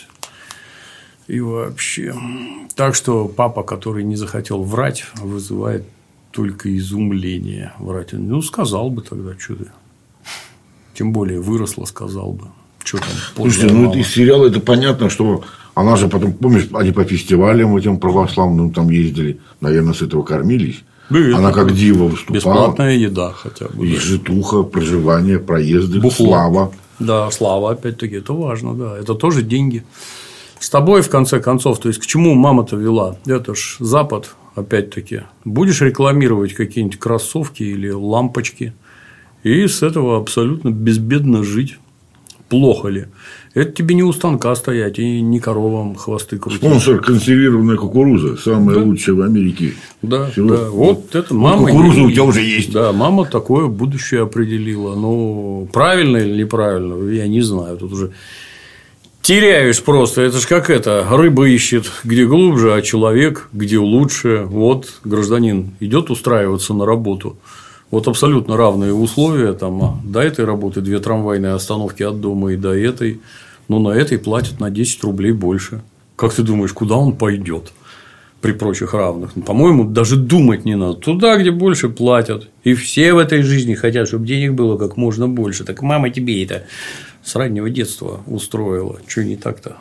И вообще. Так что папа, который не захотел врать, вызывает только изумление. Врать. Ну, сказал бы тогда, что ты. Тем более выросла, сказал бы. Что там? Слушайте, ну из сериала это понятно, что она же потом, помнишь, они по фестивалям этим православным там ездили, наверное, с этого кормились. Да, она как дива выступала. Бесплатная еда хотя бы. И да. житуха, проживание, проезды, Бухло. слава. Да, слава, опять-таки, это важно, да. Это тоже деньги. С тобой, в конце концов, то есть, к чему мама-то вела? Это ж Запад, опять-таки. Будешь рекламировать какие-нибудь кроссовки или лампочки, и с этого абсолютно безбедно жить. Плохо ли? Это тебе не у станка стоять и не коровам хвосты крутить. Спонсор — консервированная кукуруза, самая лучшая в Америке. Да, Всего. да. Вот это мама. Кукуруза у тебя уже есть. Да, мама такое будущее определила. Ну, правильно или неправильно, я не знаю. Тут уже теряюсь просто. Это же как это: рыба ищет где глубже, а человек где лучше. Вот гражданин идет устраиваться на работу. Вот абсолютно равные условия. Там, до этой работы 2 трамвайные остановки от дома и до этой. Но на этой платят на 10 рублей больше. Как ты думаешь, куда он пойдет при прочих равных? Ну, по-моему, даже думать не надо. Туда, где больше платят. И все в этой жизни хотят, чтобы денег было как можно больше. Так мама тебе это с раннего детства устроила. Что не так-то?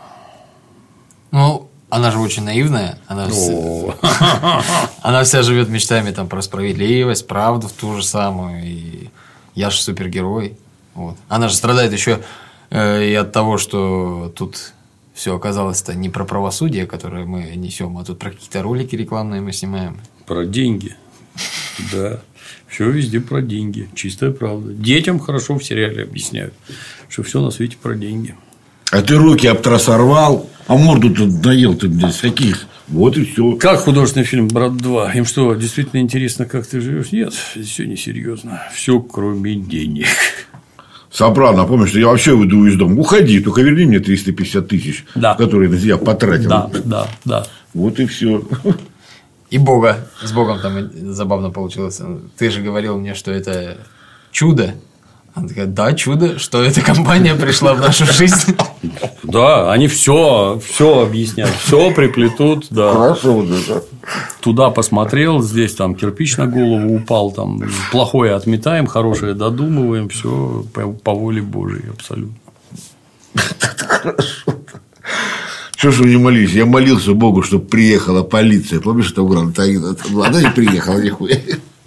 Ну, она же очень наивная. Она вся живет мечтами там про справедливость, правду в ту же самую. И я же супергерой. Вот. Она же страдает еще и от того, что тут все оказалось-то не про правосудие, которое мы несем, а тут про какие-то ролики рекламные мы снимаем. Про деньги. Да. Все везде про деньги. Чистая правда. Детям хорошо в сериале объясняют, что все на свете про деньги. А ты руки об тросс рвал, а морду тут наел ты, блядь, с каких Вот и все. Как художественный фильм «Брат 2»? Им что, действительно интересно, как ты живешь? Нет, здесь все несерьезно. Все, кроме денег. Сопрано, помнишь, что я вообще уйду из дома. Уходи, только верни мне 350 тысяч, Да. которые на тебя потратил. Да. Вот и все. И Бога. С Богом там забавно получилось. Ты же говорил мне, что это чудо. Она такая, да, чудо, что эта компания пришла в нашу жизнь. Да, они все объяснят, все приплетут. Да. Хорошо, да. Туда посмотрел, здесь там кирпич на голову упал, там плохое отметаем, хорошее додумываем, все по воле Божией абсолютно. Что ж вы не молились? Я молился Богу, чтобы приехала полиция. Помнишь, что Гран-Таино? Она не приехала нихуя.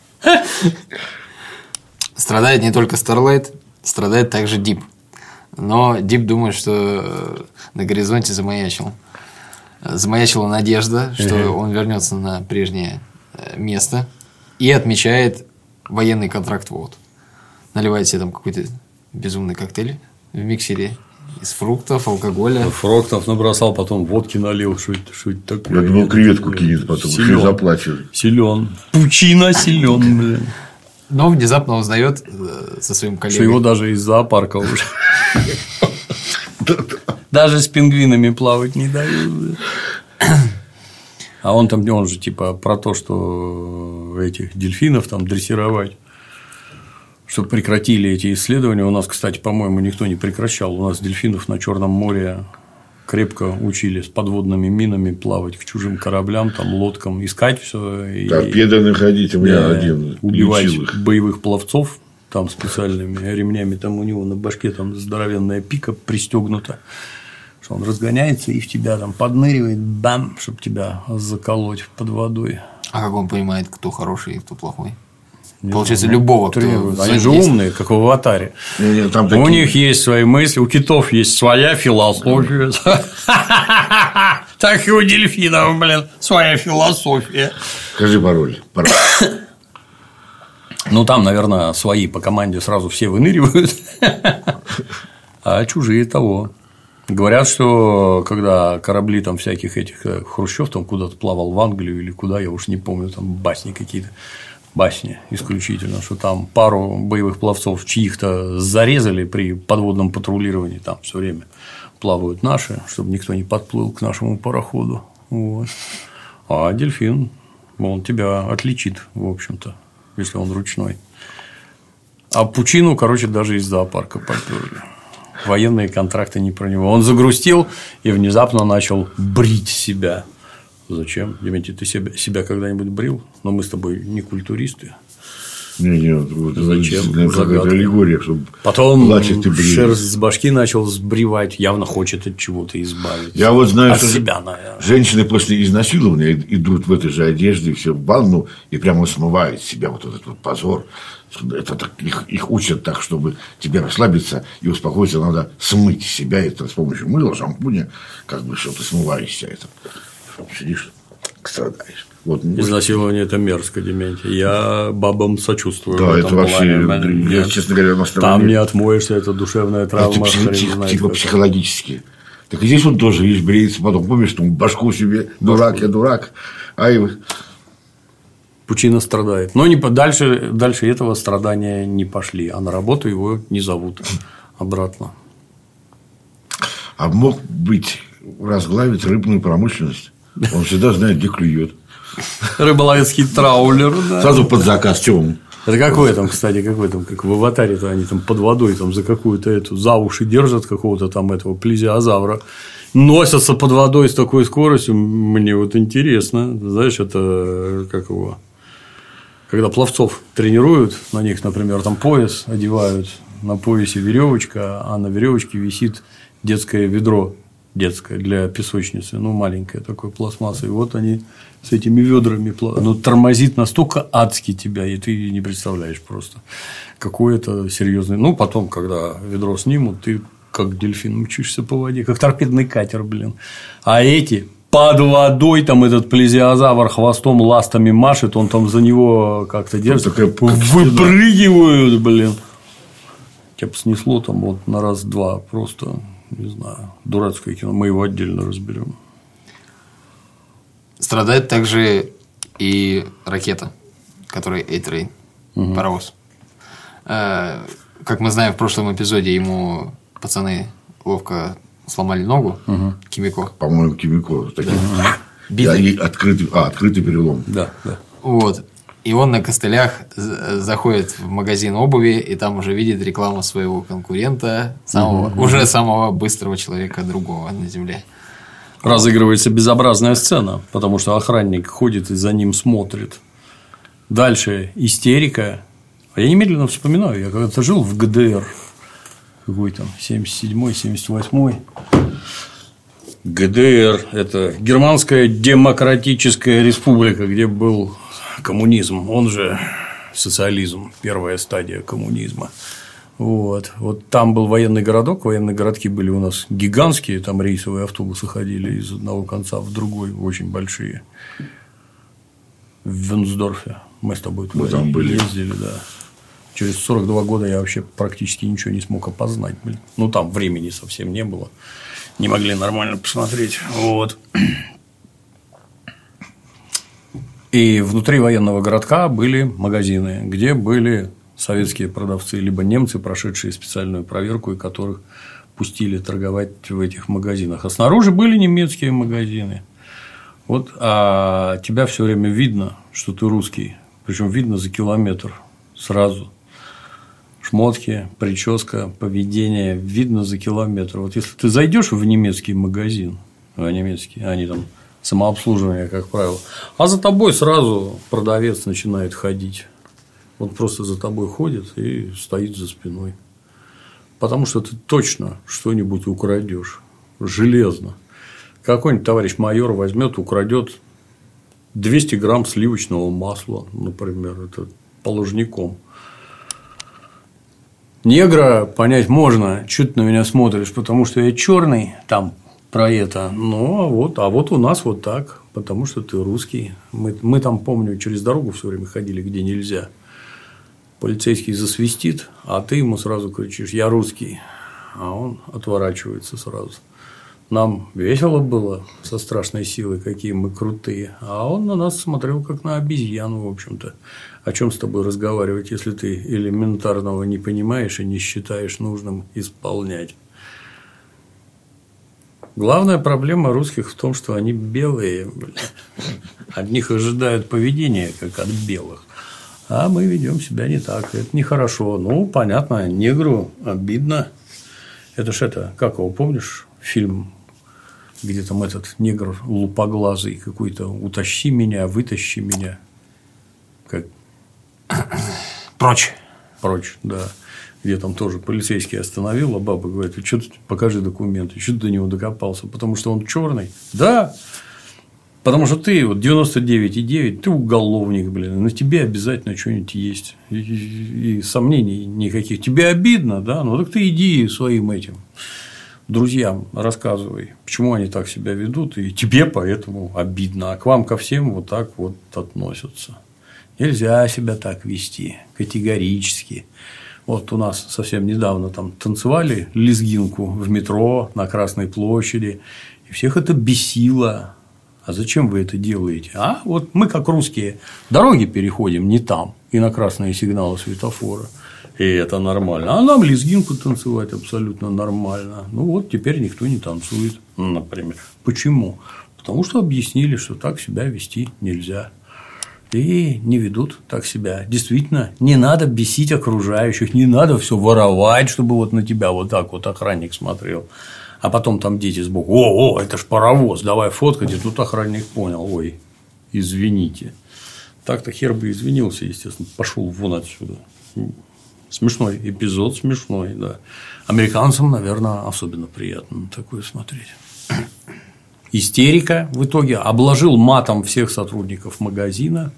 Страдает не только Starlight, страдает также Дип. Но Дип думает, что на горизонте замаячила надежда, что он вернется на прежнее место и отмечает военный контракт ВОД. Наливает себе там какой-то безумный коктейль в миксере из фруктов, алкоголя. Фруктов набросал, потом водки налил, что это такое. Я думал, креветку кинет потом, еще и заплачет. Силен. Пучина силен, блин. Но внезапно узнает со своим коллегой. Что его даже из зоопарка уже. Даже с пингвинами плавать не дают. А он же типа про то, что этих дельфинов там дрессировать, чтобы прекратили эти исследования. У нас, кстати, по-моему, никто не прекращал. У нас дельфинов на Черном море крепко учили с подводными минами плавать к чужим кораблям, там, лодкам, искать все. Торпеды находить, у меня один убивать лечил их. боевых пловцов там специальными ремнями, там у него на башке там здоровенная пика пристегнута, что он разгоняется и в тебя там подныривает, бам, чтобы тебя заколоть под водой. А как он понимает, кто хороший и кто плохой? Получается, любого, кто... Они же умные, как в «Аватаре». У них есть свои мысли, у китов есть своя философия. Так и у дельфинов, блин, своя философия. Скажи пароль. Ну, там, наверное, свои по команде сразу все выныривают, а чужие того. Говорят, что когда корабли там всяких этих Хрущев там куда-то плавал в Англию или куда, я уж не помню, там басни какие-то. Басни исключительно, что там пару боевых пловцов чьих-то зарезали при подводном патрулировании, там все время плавают наши, чтобы никто не подплыл к нашему пароходу. Вот. А дельфин, он тебя отличит, в общем-то, если он ручной. А пучину, короче, даже из зоопарка подперли. Военные контракты не про него. Он загрустил и внезапно начал брить себя. Зачем? Дементий, ты себя когда-нибудь брил? Но мы с тобой не культуристы. Нет, вот зачем? Какая-то аллегория, чтобы потом шерсть с башки начал сбривать, явно хочет от чего-то избавиться. Я вот знаю, от что себя, наверное. Женщины после изнасилования идут в этой же одежде, все в ванну и прямо смывают с себя вот этот вот позор. Это так, их учат так, чтобы тебе расслабиться и успокоиться, надо смыть себя это с помощью мыла, шампуня, как бы что-то смываешься это. Сидишь, страдаешь. Вот, изнасилование – это мерзко, Дементий. Я бабам сочувствую. Да, это вообще, я, честно говоря, на стороне. Там не отмоешься, это душевная травма. Это типа психологически. Так и здесь он тоже, видишь, бреется, потом, помнишь, что башку себе, дурак, я дурак. Пучина страдает. Но дальше этого страдания не пошли, а на работу его не зовут обратно. А мог быть возглавить рыбную промышленность? Он всегда знает, где клюет. Рыболовецкий траулер, да. Сразу под заказ, что он? Это как в этом, кстати, как в «Аватаре»-то они там под водой там за какую-то эту за уши держат какого-то там этого плезиозавра, носятся под водой с такой скоростью. Мне вот интересно, знаешь, это как его, когда пловцов тренируют, на них, например, там пояс одевают, на поясе веревочка, а на веревочке висит детское ведро. Детская для песочницы, маленькая такой пластмасса. И вот они с этими ведрами тормозит настолько адски тебя, и ты не представляешь просто, какой это серьезный. Потом, когда ведро снимут, ты как дельфин мчишься по воде, как торпедный катер, блин. А эти под водой, там этот плезиозавр хвостом ластами машет, он там за него как-то держит, выпрыгивают, блин. Тебя бы снесло там вот на раз-два просто. Не знаю, дурацкое кино, мы его отдельно разберем. Страдает также и ракета, которая A-Train, паровоз. Как мы знаем, в прошлом эпизоде ему пацаны ловко сломали ногу. Кимико. По-моему, Кимико. Да, и открытый перелом. Да, да. Вот. И он на костылях заходит в магазин обуви, и там уже видит рекламу своего конкурента, уже самого быстрого человека другого на земле. Разыгрывается безобразная сцена, потому что охранник ходит и за ним смотрит. Дальше истерика. А я немедленно вспоминаю, я когда-то жил в ГДР. Какой там, 77-й, 78-й. ГДР – это Германская Демократическая Республика, где был коммунизм, он же социализм, первая стадия коммунизма. Вот там был военный городок, военные городки были у нас гигантские, там рейсовые автобусы ходили из одного конца в другой, очень большие. В Вюнсдорфе мы с тобой туда ездили, да. Через 42 года я вообще практически ничего не смог опознать. Ну, там времени совсем не было. Не могли нормально посмотреть. Вот. И внутри военного городка были магазины, где были советские продавцы, либо немцы, прошедшие специальную проверку, и которых пустили торговать в этих магазинах. А снаружи были немецкие магазины. Вот, а тебя все время видно, что ты русский. Причем видно за километр сразу. Шмотки, прическа, поведение видно за километр. Вот если ты зайдешь в немецкий магазин, немецкие, они там самообслуживание, как правило, а за тобой сразу продавец начинает ходить. Он просто за тобой ходит и стоит за спиной. Потому что ты точно что-нибудь украдешь. Железно. Какой-нибудь товарищ майор возьмет, украдет 200 грамм сливочного масла, например, это положником. Негра понять можно, что ты на меня смотришь, потому что я черный, там про это. Ну, а вот у нас вот так, потому что ты русский. Мы там, помню, через дорогу все время ходили, где нельзя. Полицейский засвистит, а ты ему сразу кричишь: я русский, а он отворачивается сразу. Нам весело было со страшной силой, какие мы крутые, а он на нас смотрел как на обезьяну, в общем-то. О чем с тобой разговаривать, если ты элементарного не понимаешь и не считаешь нужным исполнять? Главная проблема русских в том, что они белые. От них ожидают поведения, как от белых. А мы ведем себя не так. Это нехорошо. Ну, понятно, негру обидно. Это ж это, как его помнишь, фильм, где там этот негр лупоглазый какой-то: утащи меня, вытащи меня. Как? Прочь, да. Где там тоже полицейский остановил, а баба говорит: что ты, покажи документы, что ты до него докопался, потому что он черный. Да, потому что ты вот 99,9, ты уголовник, блин, на тебе обязательно что-нибудь есть. И сомнений никаких. Тебе обидно, да? Ну так ты иди своим этим друзьям рассказывай, почему они так себя ведут, и тебе поэтому обидно, а к вам ко всем вот так вот относятся. Нельзя себя так вести категорически. Вот у нас совсем недавно там танцевали лезгинку в метро на Красной площади, и всех это бесило. А зачем вы это делаете? А вот мы, как русские, дороги переходим не там, и на красные сигналы светофора. И это нормально. А нам лезгинку танцевать абсолютно нормально. Ну вот теперь никто не танцует, например. Почему? Потому что объяснили, что так себя вести нельзя. И не ведут так себя. Действительно, не надо бесить окружающих, не надо все воровать, чтобы вот на тебя вот так вот охранник смотрел. А потом там дети сбоку: о, это ж паровоз, давай фоткать. И тут охранник понял: ой, извините. Так-то хер бы извинился, естественно, пошел вон отсюда. Смешной эпизод, смешной, да. Американцам, наверное, особенно приятно такое смотреть. Истерика в итоге, обложил матом всех сотрудников магазина.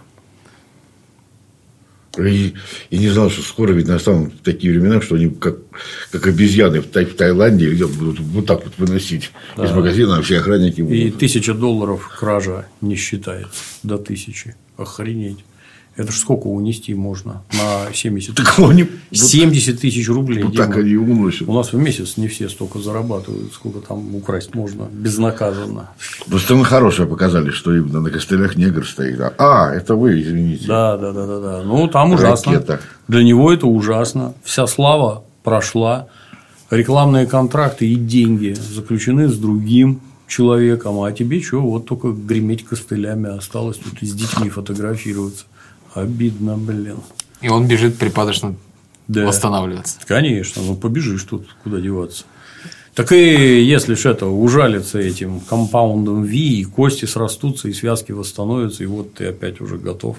И не знал, что скоро ведь настанут такие времена, что они как обезьяны в Таиланде или где-то будут вот так вот выносить из магазина, а все охранники будут. И $1000 кража не считается. До 1000. Охренеть. Это ж сколько унести можно на 70 Так они 70 тысяч рублей. вот так Дима. они уносят. У нас в месяц не все столько зарабатывают, сколько там украсть можно безнаказанно. Просто мы хорошее показали, что именно на костылях негр стоит. Это вы, извините. Да. Ну, там ужасно. Ракета. Для него это ужасно. Вся слава прошла. Рекламные контракты и деньги заключены с другим человеком. А тебе что? Вот только греметь костылями осталось тут и с детьми фотографироваться. Обидно, блин. И он бежит припадочно восстанавливаться. Конечно, ну побежишь тут, куда деваться. Так и если ж это ужалится этим компаундом V, и кости срастутся, и связки восстановятся, и вот ты опять уже готов.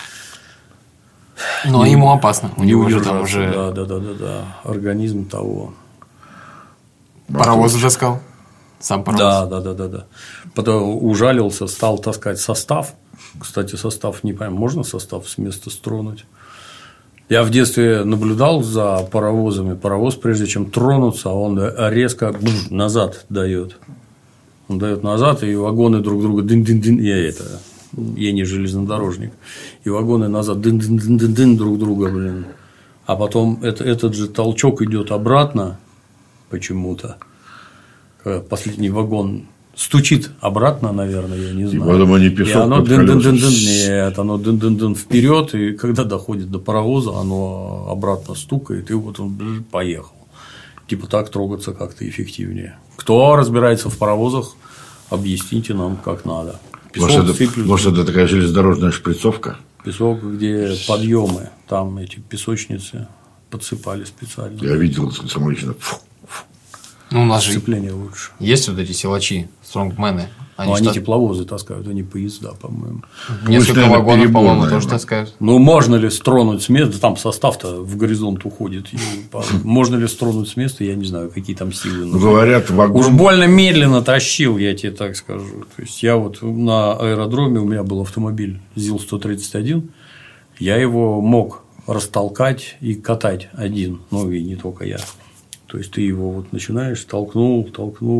Но ему опасно. У него же там уже Да. Организм того. паровоз затаскал. Сам паровоз. Да. Потом ужалился, стал таскать состав. Кстати, состав не пойму, можно состав с места стронуть? Я в детстве наблюдал за паровозами. Паровоз, прежде чем тронуться, он резко назад дает. Он дает назад, и вагоны друг друга дын-дын-дын. Я не железнодорожник. И вагоны назад дын-дын-дын-дын друг друга, блин. А потом этот же толчок идет обратно почему-то. Последний вагон стучит обратно, наверное, я не знаю. И потом они песок и оно под колеса. Нет, оно дын-дын-дын вперед, и когда доходит до паровоза, оно обратно стукает, и вот он поехал. Типа так трогаться как-то эффективнее. Кто разбирается в паровозах, объясните нам, как надо. Может, это такая железнодорожная шприцовка? Песок, где подъемы, там эти песочницы подсыпали специально. Я видел самолично. Ну, у нас же Сцепление лучше. есть вот эти силачи, стронгмены. Они тепловозы таскают, они поезда, по-моему. Несколько наверное, вагонов, по-моему, перебор, тоже наверное. таскают. Ну, можно ли стронуть с места? Там состав-то в горизонт уходит. Можно ли стронуть с места? Я не знаю, какие там силы. Ну, говорят, вагон. Уж больно медленно тащил, я тебе так скажу. То есть, я вот на аэродроме, у меня был автомобиль ЗИЛ-131, я его мог растолкать и катать один, ну, и не только я. То есть, ты его вот начинаешь, толкнул.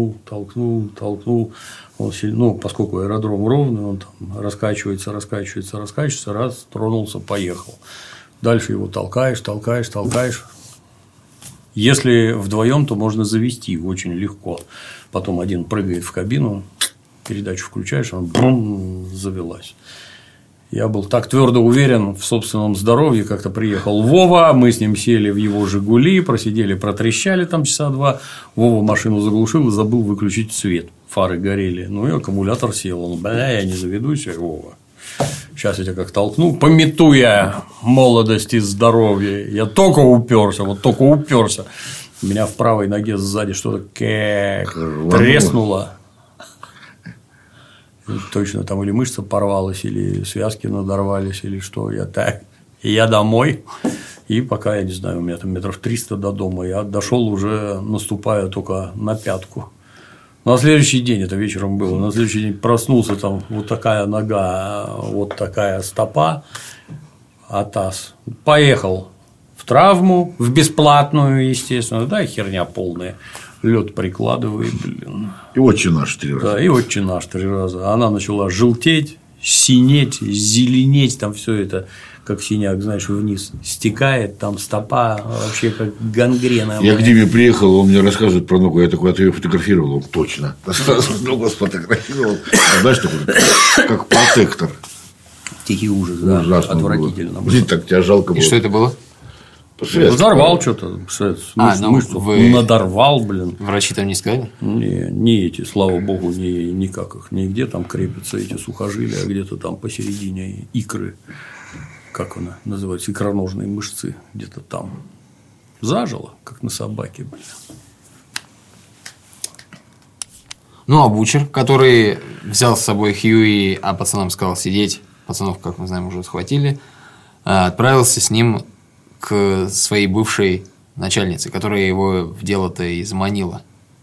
Он ну, поскольку аэродром ровный, он там раскачивается, раз, тронулся, поехал. Дальше его толкаешь. Если вдвоем, то можно завести очень легко. Потом один прыгает в кабину, передачу включаешь, она завелась. Я был так твердо уверен в собственном здоровье, как-то приехал Вова, мы с ним сели в его «Жигули», просидели, протрещали там часа два. Вова машину заглушил и забыл выключить свет. Фары горели. Ну и аккумулятор сел. Он, я не заведусь, Вова. Сейчас я тебя как толкну, памятуя молодость и здоровье. Я только уперся. У меня в правой ноге сзади что-то треснуло. Точно там или мышца порвалась, или связки надорвались, или что. Я домой. И пока, я не знаю, у меня там метров 300 до дома, я дошел уже, наступая только на пятку. На следующий день, это вечером было, на следующий день проснулся, там вот такая нога, вот такая стопа, а таз. Поехал в травму, в бесплатную, естественно, да, херня полная. Лед прикладывает, блин. И «Отче наш» 3 раза. Да, и «Отче наш» 3 раза. Она начала желтеть, синеть, зеленеть, там все это, как синяк, знаешь, вниз стекает, там стопа вообще как гангрена. Я к Диме приехал, он мне рассказывает про ногу, я такой ее фотографировал, он точно. Ногу сфотографировал. Знаешь, такой, как протектор. Тихий ужас, да, Ужасно отвратительно. было. Так тебя жалко было. И что это было? Взорвал что-то, мышцу надорвал, блин. Врачи там не сказали? Не эти, слава богу, никак их. Нигде там крепятся эти сухожилия, а где-то там посередине икры. Как она называется? Икроножные мышцы. Где-то там. Зажило, как на собаке, блин. Ну, а Бучер, который взял с собой Хьюи, а пацанам сказал сидеть, пацанов, как мы знаем, уже схватили, отправился с ним к своей бывшей начальнице, которая его в дело-то и заманила.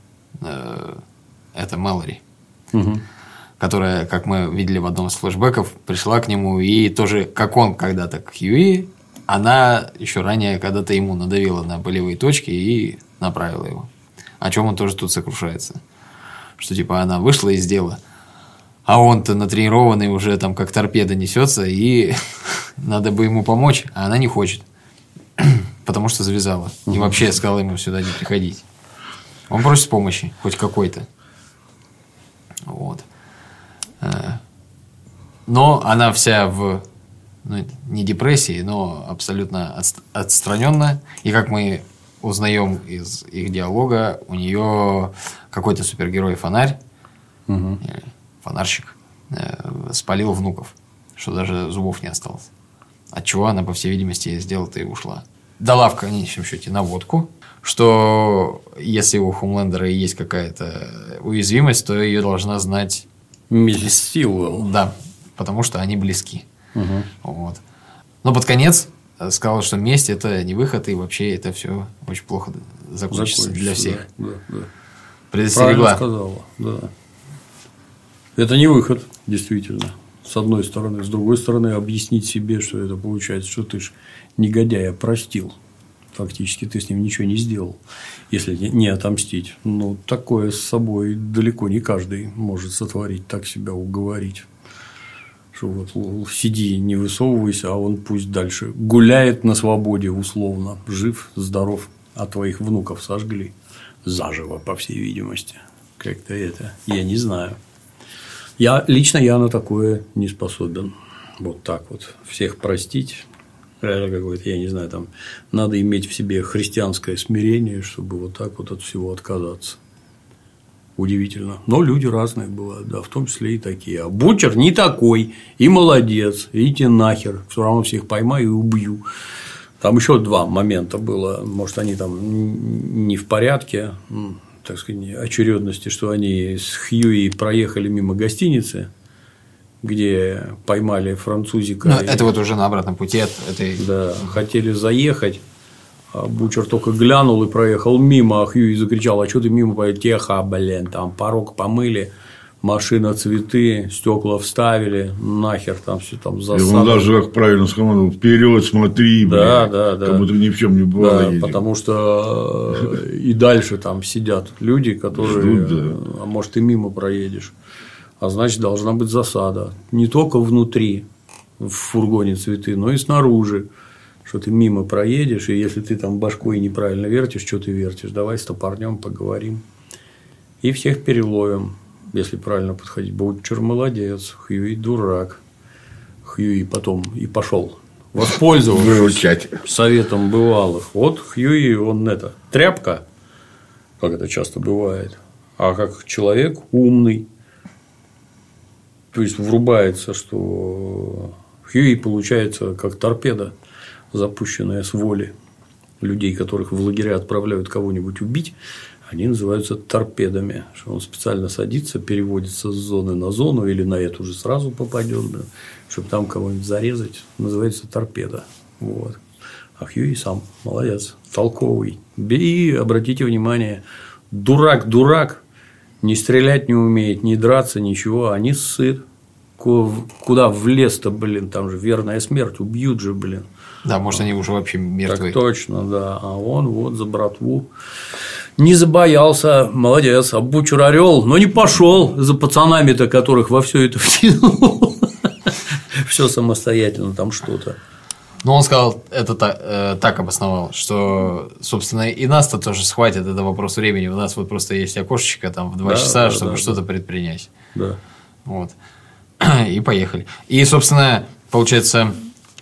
Это Мэлори. Угу. Которая, как мы видели в одном из флешбеков, пришла к нему и тоже, как он когда-то к Хьюи, она еще ранее когда-то ему надавила на болевые точки и направила его. О чем он тоже тут сокрушается. Что типа она вышла из дела, а он-то натренированный уже там как торпеда несется и надо бы ему помочь, а она не хочет. Потому что завязала. И вообще сказала ему сюда не приходить. Он просит помощи, хоть какой-то. Вот. Но она вся в не депрессии, но абсолютно отстраненная. И как мы узнаем из их диалога, у нее какой-то супергерой-фонарь, фонарщик, спалил внуков, что даже зубов не осталось. Отчего она, по всей видимости, сделала-то и ушла. Дала в конечном счете наводку, что если у Хомлендера есть какая-то уязвимость, то ее должна знать Миссис Стилвелл. Да, потому что они близки. Вот. Но под конец сказал, что месть – это не выход, и вообще это все очень плохо закончится для всех. Да. Предостерегла. Правильно сказала, да. Это не выход, действительно. С одной стороны. С другой стороны, объяснить себе, что это получается, что ты ж негодяя простил. Фактически ты с ним ничего не сделал, если не отомстить. Ну, такое с собой далеко не каждый может сотворить, так себя уговорить. Что вот сиди, не высовывайся, а он пусть дальше гуляет на свободе условно, жив, здоров, а твоих внуков сожгли заживо, по всей видимости. Как-то это, я не знаю. Лично я на такое не способен. Вот так вот всех простить. Какое-то, я не знаю, там надо иметь в себе христианское смирение, чтобы вот так вот от всего отказаться. Удивительно. Но люди разные бывают, да, в том числе и такие. А Бучер не такой, и молодец, идите нахер, все равно всех поймаю и убью. Там еще два момента было, может, они там не в порядке, так сказать, очередности, что они с Хьюи проехали мимо гостиницы, где поймали французика. Ну, это вот уже на обратном пути от этой. Да, хотели заехать. А Бучер только глянул и проехал мимо, а Хьюи закричал: а что ты мимо поедешь? Тихо, блин, там порог помыли, машина цветы, стекла вставили, нахер там все там засадили. И он даже, как правильно сказал, вперед смотри, да, как будто ни в чем не бывало. Да, потому что и дальше там сидят люди, которые, ждут, а может, и мимо проедешь. А значит, должна быть засада. Не только внутри, в фургоне цветы, но и снаружи. Что ты мимо проедешь, и если ты там башкой неправильно вертишь, что ты вертишь, давай стопорнем, поговорим. И всех переловим, если правильно подходить. Бучер молодец, Хьюи дурак. Хьюи потом и пошел воспользовался советом бывалых. Вот Хьюи, он тряпка, как это часто бывает, а как человек умный. То есть врубается, что Хьюи получается как торпеда, запущенная с воли людей, которых в лагеря отправляют кого-нибудь убить, они называются торпедами. Что он специально садится, переводится с зоны на зону или на эту же сразу попадет, чтобы там кого-нибудь зарезать. Называется торпеда. Вот. А Хьюи сам молодец, толковый. И обратите внимание, дурак, не стрелять не умеет, не драться, ничего, а не сыт. Куда в лес-то, блин, там же верная смерть, убьют же, блин. Да, может, они уже вообще мертвые. Так точно, да. А он вот за братву не забоялся, молодец. А Бучер орел, но не пошел за пацанами-то, которых во все это втянул. Все самостоятельно, там что-то. Ну, он сказал, это так обосновал, что, собственно, и нас-то тоже схватит, это вопрос времени. У нас вот просто есть окошечко там в 2 часа, чтобы что-то предпринять. Да. Вот. И поехали. И, собственно, получается,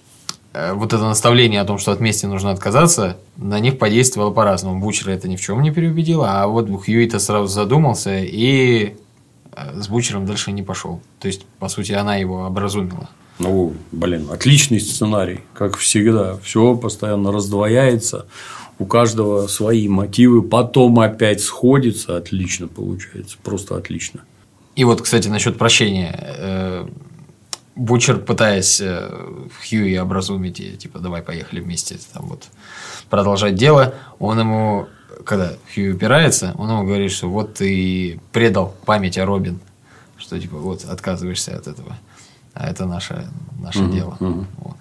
вот это наставление о том, что от мести нужно отказаться, на них подействовало по-разному. Бучера это ни в чем не переубедило, а вот Хьюи-то сразу задумался и с Бучером дальше не пошел. То есть, по сути, она его образумила. Ну, блин, отличный сценарий, как всегда. Все постоянно раздвояется, у каждого свои мотивы, потом опять сходится. Отлично получается, просто отлично. И вот, кстати, насчет прощения. Бучер, пытаясь Хьюи образумить и типа давай поехали вместе там вот продолжать дело, он ему, когда Хьюи упирается, он ему говорит, что вот ты предал память о Робин, что типа вот отказываешься от этого, а это наше дело. Вот.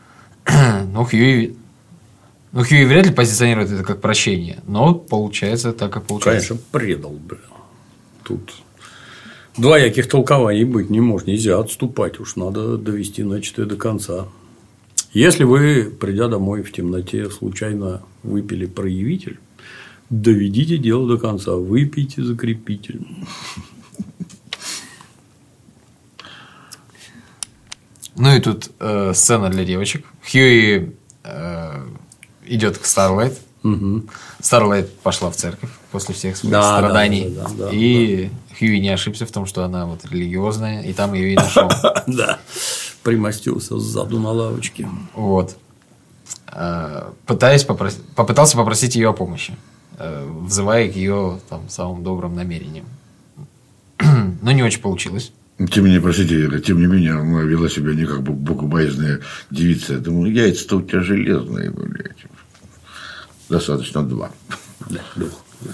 Ну, Хьюи вряд ли позиционирует это как прощение, но получается так и получается. Конечно, предал, блин. Тут двояких толкований быть не может. Нельзя отступать. Уж надо довести начатое до конца. Если вы, придя домой в темноте, случайно выпили проявитель, доведите дело до конца, выпейте закрепитель. Ну и тут сцена для девочек. Хьюи идет к Старлайт. Старлайт пошла в церковь после всех своих страданий. И Хьюи не ошибся в том, что она вот религиозная, и там ее и нашел. Да. Примостился сзаду на лавочке. Вот. Попытался попросить ее о помощи, взывая к ее там самым добрым намерениям. Но не очень получилось. Тем не менее, она вела себя не как бы богобоязная девица. Я думаю, яйца-то у тебя железные, блядь. Достаточно 2. Да, 2.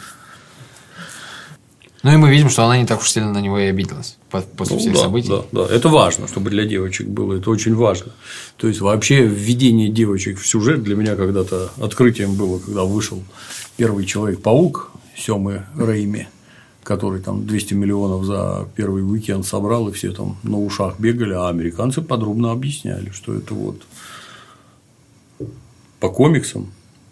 Ну и мы видим, что она не так уж сильно на него и обиделась после всех событий. Да. Это важно, чтобы для девочек было. Это очень важно. То есть, вообще введение девочек в сюжет для меня когда-то открытием было, когда вышел первый Человек-паук Сёмы Рэйми, который там 200 миллионов за первый уикенд собрал, и все там на ушах бегали, а американцы подробно объясняли, что это вот по комиксам.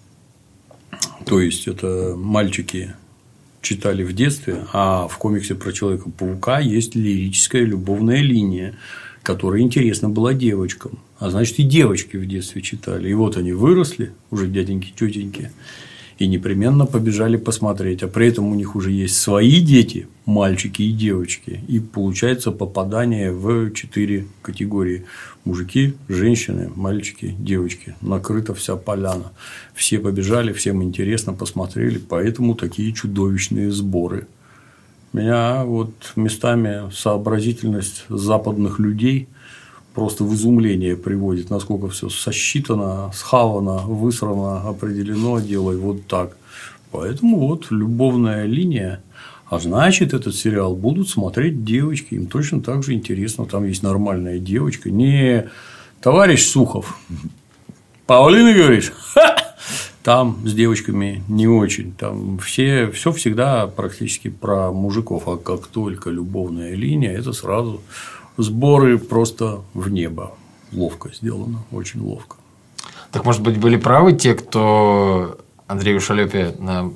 То есть, это мальчики читали в детстве, а в комиксе про Человека-паука есть лирическая любовная линия, которая интересна была девочкам. А значит, и девочки в детстве читали. И вот они выросли, уже дяденьки, тетеньки, и непременно побежали посмотреть. А при этом у них уже есть свои дети, мальчики и девочки. И получается попадание в 4 категории: мужики, женщины, мальчики, девочки. Накрыта вся поляна. Все побежали, всем интересно, посмотрели. Поэтому такие чудовищные сборы. Меня вот местами сообразительность западных людей просто в изумление приводит, насколько все сосчитано, схавано, высрано, определено, делай вот так. Поэтому вот любовная линия. А значит, этот сериал будут смотреть девочки, им точно так же интересно. Там есть нормальная девочка. Не товарищ Сухов. Паулина, говоришь? Ха! Там с девочками не очень. Там все всегда практически про мужиков. А как только любовная линия, это сразу сборы просто в небо. Ловко сделано, очень ловко. Так, может быть, были правы те, кто Андрею Шалёпе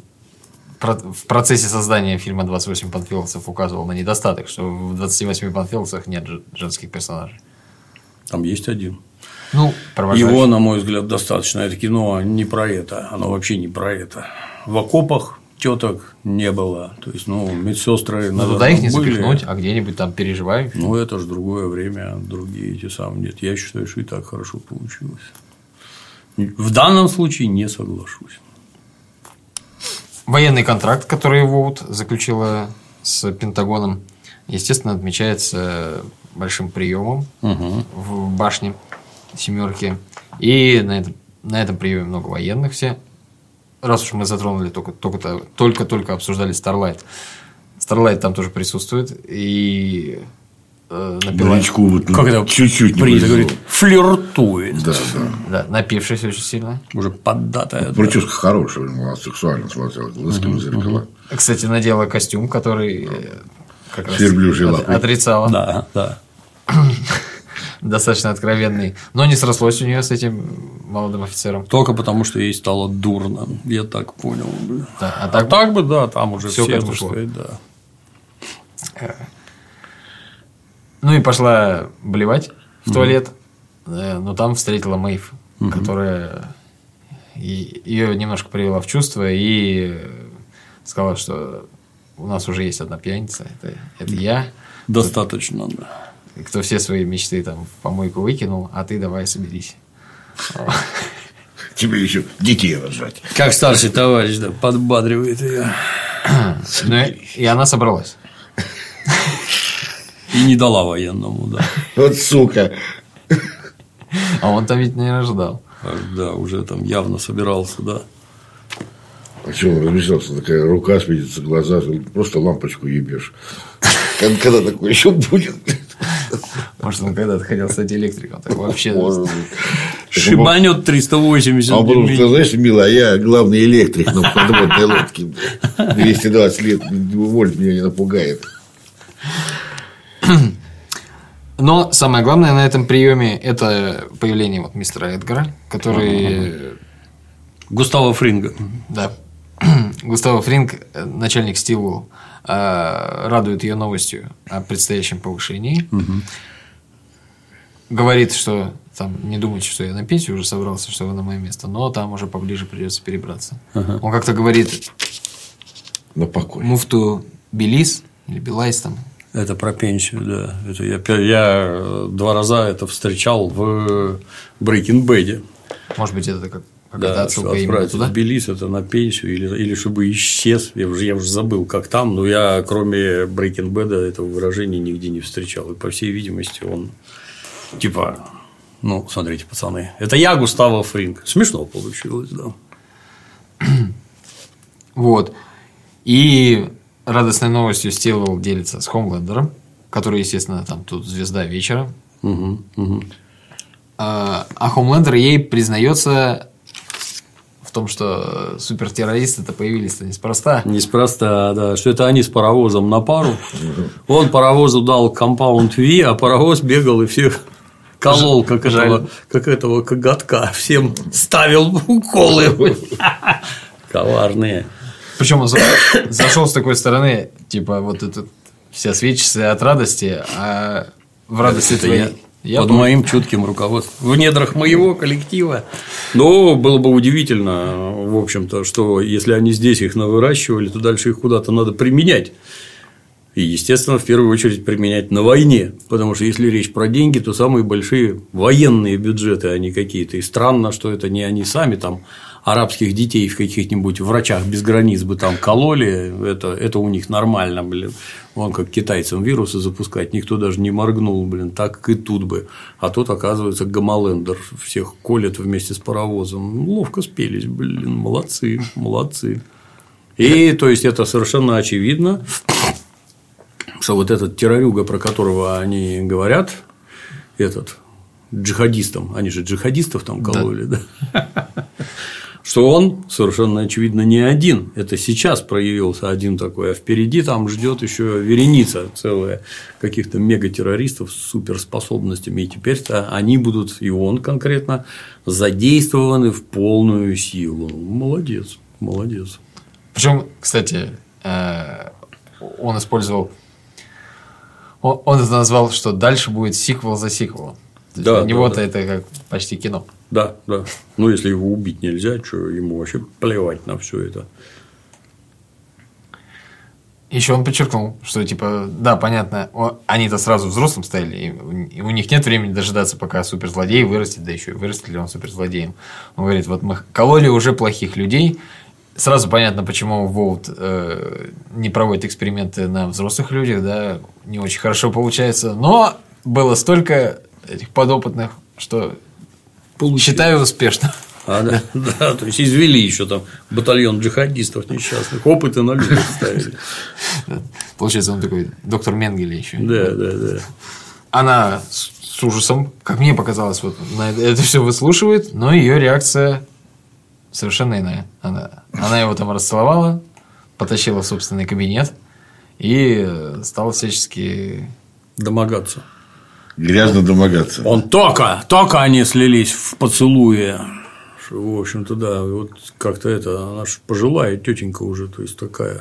в процессе создания фильма «28 панфиловцев» указывал на недостаток, что в 28 панфиловцах нет женских персонажей? Там есть один. Ну, его, на мой взгляд, достаточно. Это кино не про это. Оно вообще не про это. В окопах теток не было. То есть, медсестры. Но туда их не запихнуть, а где-нибудь там переживай. Ну, это же другое время, другие эти самые. Нет, я считаю, что и так хорошо получилось. В данном случае не соглашусь. Военный контракт, который Воут заключила с Пентагоном, естественно, отмечается большим приемом в башне «Семерки». И на этом приеме много военных все. Раз уж мы затронули, только обсуждали Старлайт. Старлайт там тоже присутствует. И Бричку вот как это чуть-чуть принято говорит, флиртует. Да, напившись очень сильно. Уже поддатая. Прическа хорошая, она сексуально смотрелась, глазки зеркала. Кстати, надела костюм, который как раз верблюжьей лапой отрицала. Да. Достаточно откровенный. Но не срослось у нее с этим молодым офицером. Только потому, что ей стало дурно. Я так понял. Да, а так бы, да, там уже все к этому шло. Да. Ну и пошла блевать в туалет. Но там встретила Мэйв, которая ее немножко привела в чувство и сказала, что у нас уже есть одна пьяница. Это я. Достаточно, да. Кто все свои мечты там в помойку выкинул, а ты давай соберись. Тебе еще детей рожать. Как старший товарищ, да, подбадривает ее. И она собралась. И не дала военному, да. Вот сука. А он там ведь, наверное, ждал. Да, уже там явно собирался, да. А что он размечтался? Такая рука светится, глаза, просто лампочку ебешь. Когда такое еще будет? Может, он когда-то хотел стать электриком. Так вообще шибанет 380. А он потом сказал, знаешь, милая, я главный электрик на подводной лодке. 220 лет вольт меня не напугает. Но самое главное на этом приеме это появление вот мистера Эдгара, который... Густаво Фринга. Да. Густаво Фринг, начальник Стилвелл, радует ее новостью о предстоящем повышении. Говорит, что там не думайте, что я на пенсию уже собрался, что вы на мое место, но там уже поближе придется перебраться. Он как-то говорит на покой. муфту Белис или Белайс там. Это про пенсию, да. Это я 2 раза это встречал в Breaking Bad. Может быть, это какая-то Да, отсылка что именно отправиться туда? в Белиз, это на пенсию, или чтобы исчез. Я уже забыл, как там, но я, кроме Breaking Bad, этого выражения нигде не встречал. И, по всей видимости, он типа, ну, смотрите, пацаны, это я Густаво Фринг. Смешно получилось, да. Вот. И радостной новостью Стилвелл делится с Хомлендером, который, естественно, там тут звезда вечера. А Хомлендер ей признается в том, что супертеррористы-то появились-то неспроста. Неспроста, да, что это они с паровозом на пару. Он паровозу дал компаунд V, а паровоз бегал и всех колол, как этого коготка. Всем ставил уколы. Коварные. Причем он зашел с такой стороны, типа, вот это вся свечится от радости, а в радости это я под моим чутким руководством. В недрах моего коллектива. Но было бы удивительно, в общем-то, что если они здесь их навыращивали, то дальше их куда-то надо применять. И, естественно, в первую очередь применять на войне. Потому что если речь про деньги, то самые большие военные бюджеты, они какие-то. И странно, что это не они сами там арабских детей в каких-нибудь врачах без границ бы там кололи, это у них нормально, блин. Вон как китайцам вирусы запускать, никто даже не моргнул, блин, так и тут бы. А тут, оказывается, Гомолендер всех колет вместе с паровозом. Ловко спелись, блин, молодцы, молодцы. И, то есть, это совершенно очевидно, что вот этот террорюга, про которого они говорят, этот джихадистам, они же джихадистов там кололи, да? Что он совершенно очевидно не один. Это сейчас проявился один такой, а впереди там ждет еще вереница целая каких-то мегатеррористов с суперспособностями. И теперь-то они будут, и он конкретно, задействованы в полную силу. Молодец, молодец. Причем, кстати, он использовал. Он это назвал, что дальше будет сиквел за сиквелом. Да, для него-то это как почти кино. Да, да. Ну, если его убить нельзя, что ему вообще плевать на все это. Еще он подчеркнул, что типа, да, понятно, они-то сразу взрослым стали, и у них нет времени дожидаться, пока суперзлодей вырастет, да еще и вырастет ли он суперзлодеем. Он говорит, вот мы кололи уже плохих людей. Сразу понятно, почему Волт не проводит эксперименты на взрослых людях, да, не очень хорошо получается, но было столько этих подопытных, что считаю успешно. Да, то есть извели еще там батальон джихадистов несчастных, опыты на людях ставили. Получается, он такой доктор Менгеле еще. Да. Она с ужасом, как мне показалось, вот на это все выслушивает, но ее реакция совершенно иная. Она его там расцеловала, потащила в собственный кабинет и стала всячески домогаться. Грязно домогаться. Он только они слились в поцелуе. В общем-то, да, вот как-то это, она же пожилая тетенька уже, то есть такая,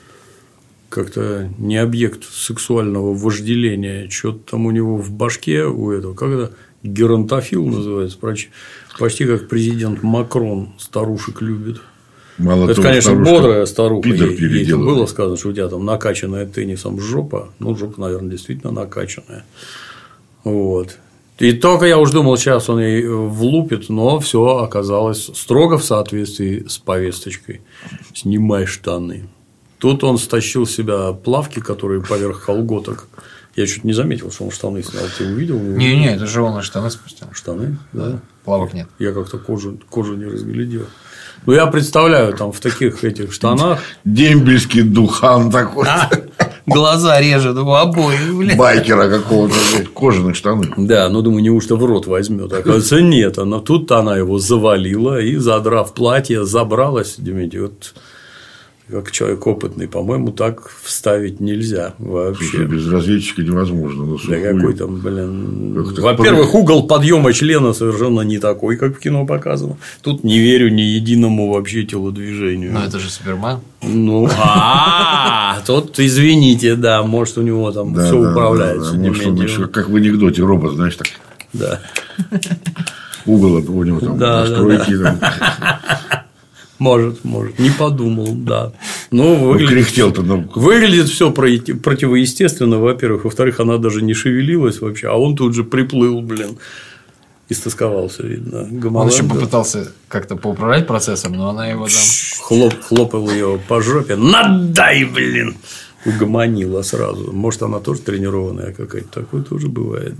как-то не объект сексуального вожделения, что-то там у него в башке у этого, как это, геронтофил называется, почти как президент Макрон старушек любит. Мало это, того, конечно, бодрая старуха. Ей там было сказано, что у тебя там накачанная теннисом жопа. Ну, жопа, наверное, действительно накачанная. Вот. И только я уж думал, сейчас он ей влупит, но все оказалось строго в соответствии с повесточкой. Снимай штаны. Тут он стащил с себя плавки, которые поверх колготок. Я чуть не заметил, что он штаны снял. Ты увидел? Не, это же он штаны спустил. Штаны? Да. Плавок нет. Я как-то кожу не разглядел. Ну, я представляю, там в таких этих штанах. Дембельский духан такой. Глаза режет у обоих, блядь. Байкера какого-то, кожаных штаны. Да, ну, думаю, неужто в рот возьмет. Оказывается, нет. Тут она его завалила и, задрав платье, забралась. Дементий, вот Как человек опытный, по-моему, так вставить нельзя вообще. Слушай, без разведчика невозможно. Но да какой там, Во-первых, угол подъема члена совершенно не такой, как в кино показано. Тут не верю ни единому вообще телодвижению. Но это же Супермен. Ну, тут, извините, да, может, у него там все управляется. Может, он еще, как в анекдоте, робот, знаешь, так. Да. Угол у него там, настройки там. Может, не подумал, да. Но выглядит все противоестественно, во-первых. Во-вторых, она даже не шевелилась вообще, а он тут же приплыл, блин. Истосковался, видно. Он еще попытался как-то поуправлять процессом, но она его там... Хлопал ее по жопе. Надай, блин! Угомонила сразу. Может, она тоже тренированная какая-то. Такое тоже бывает.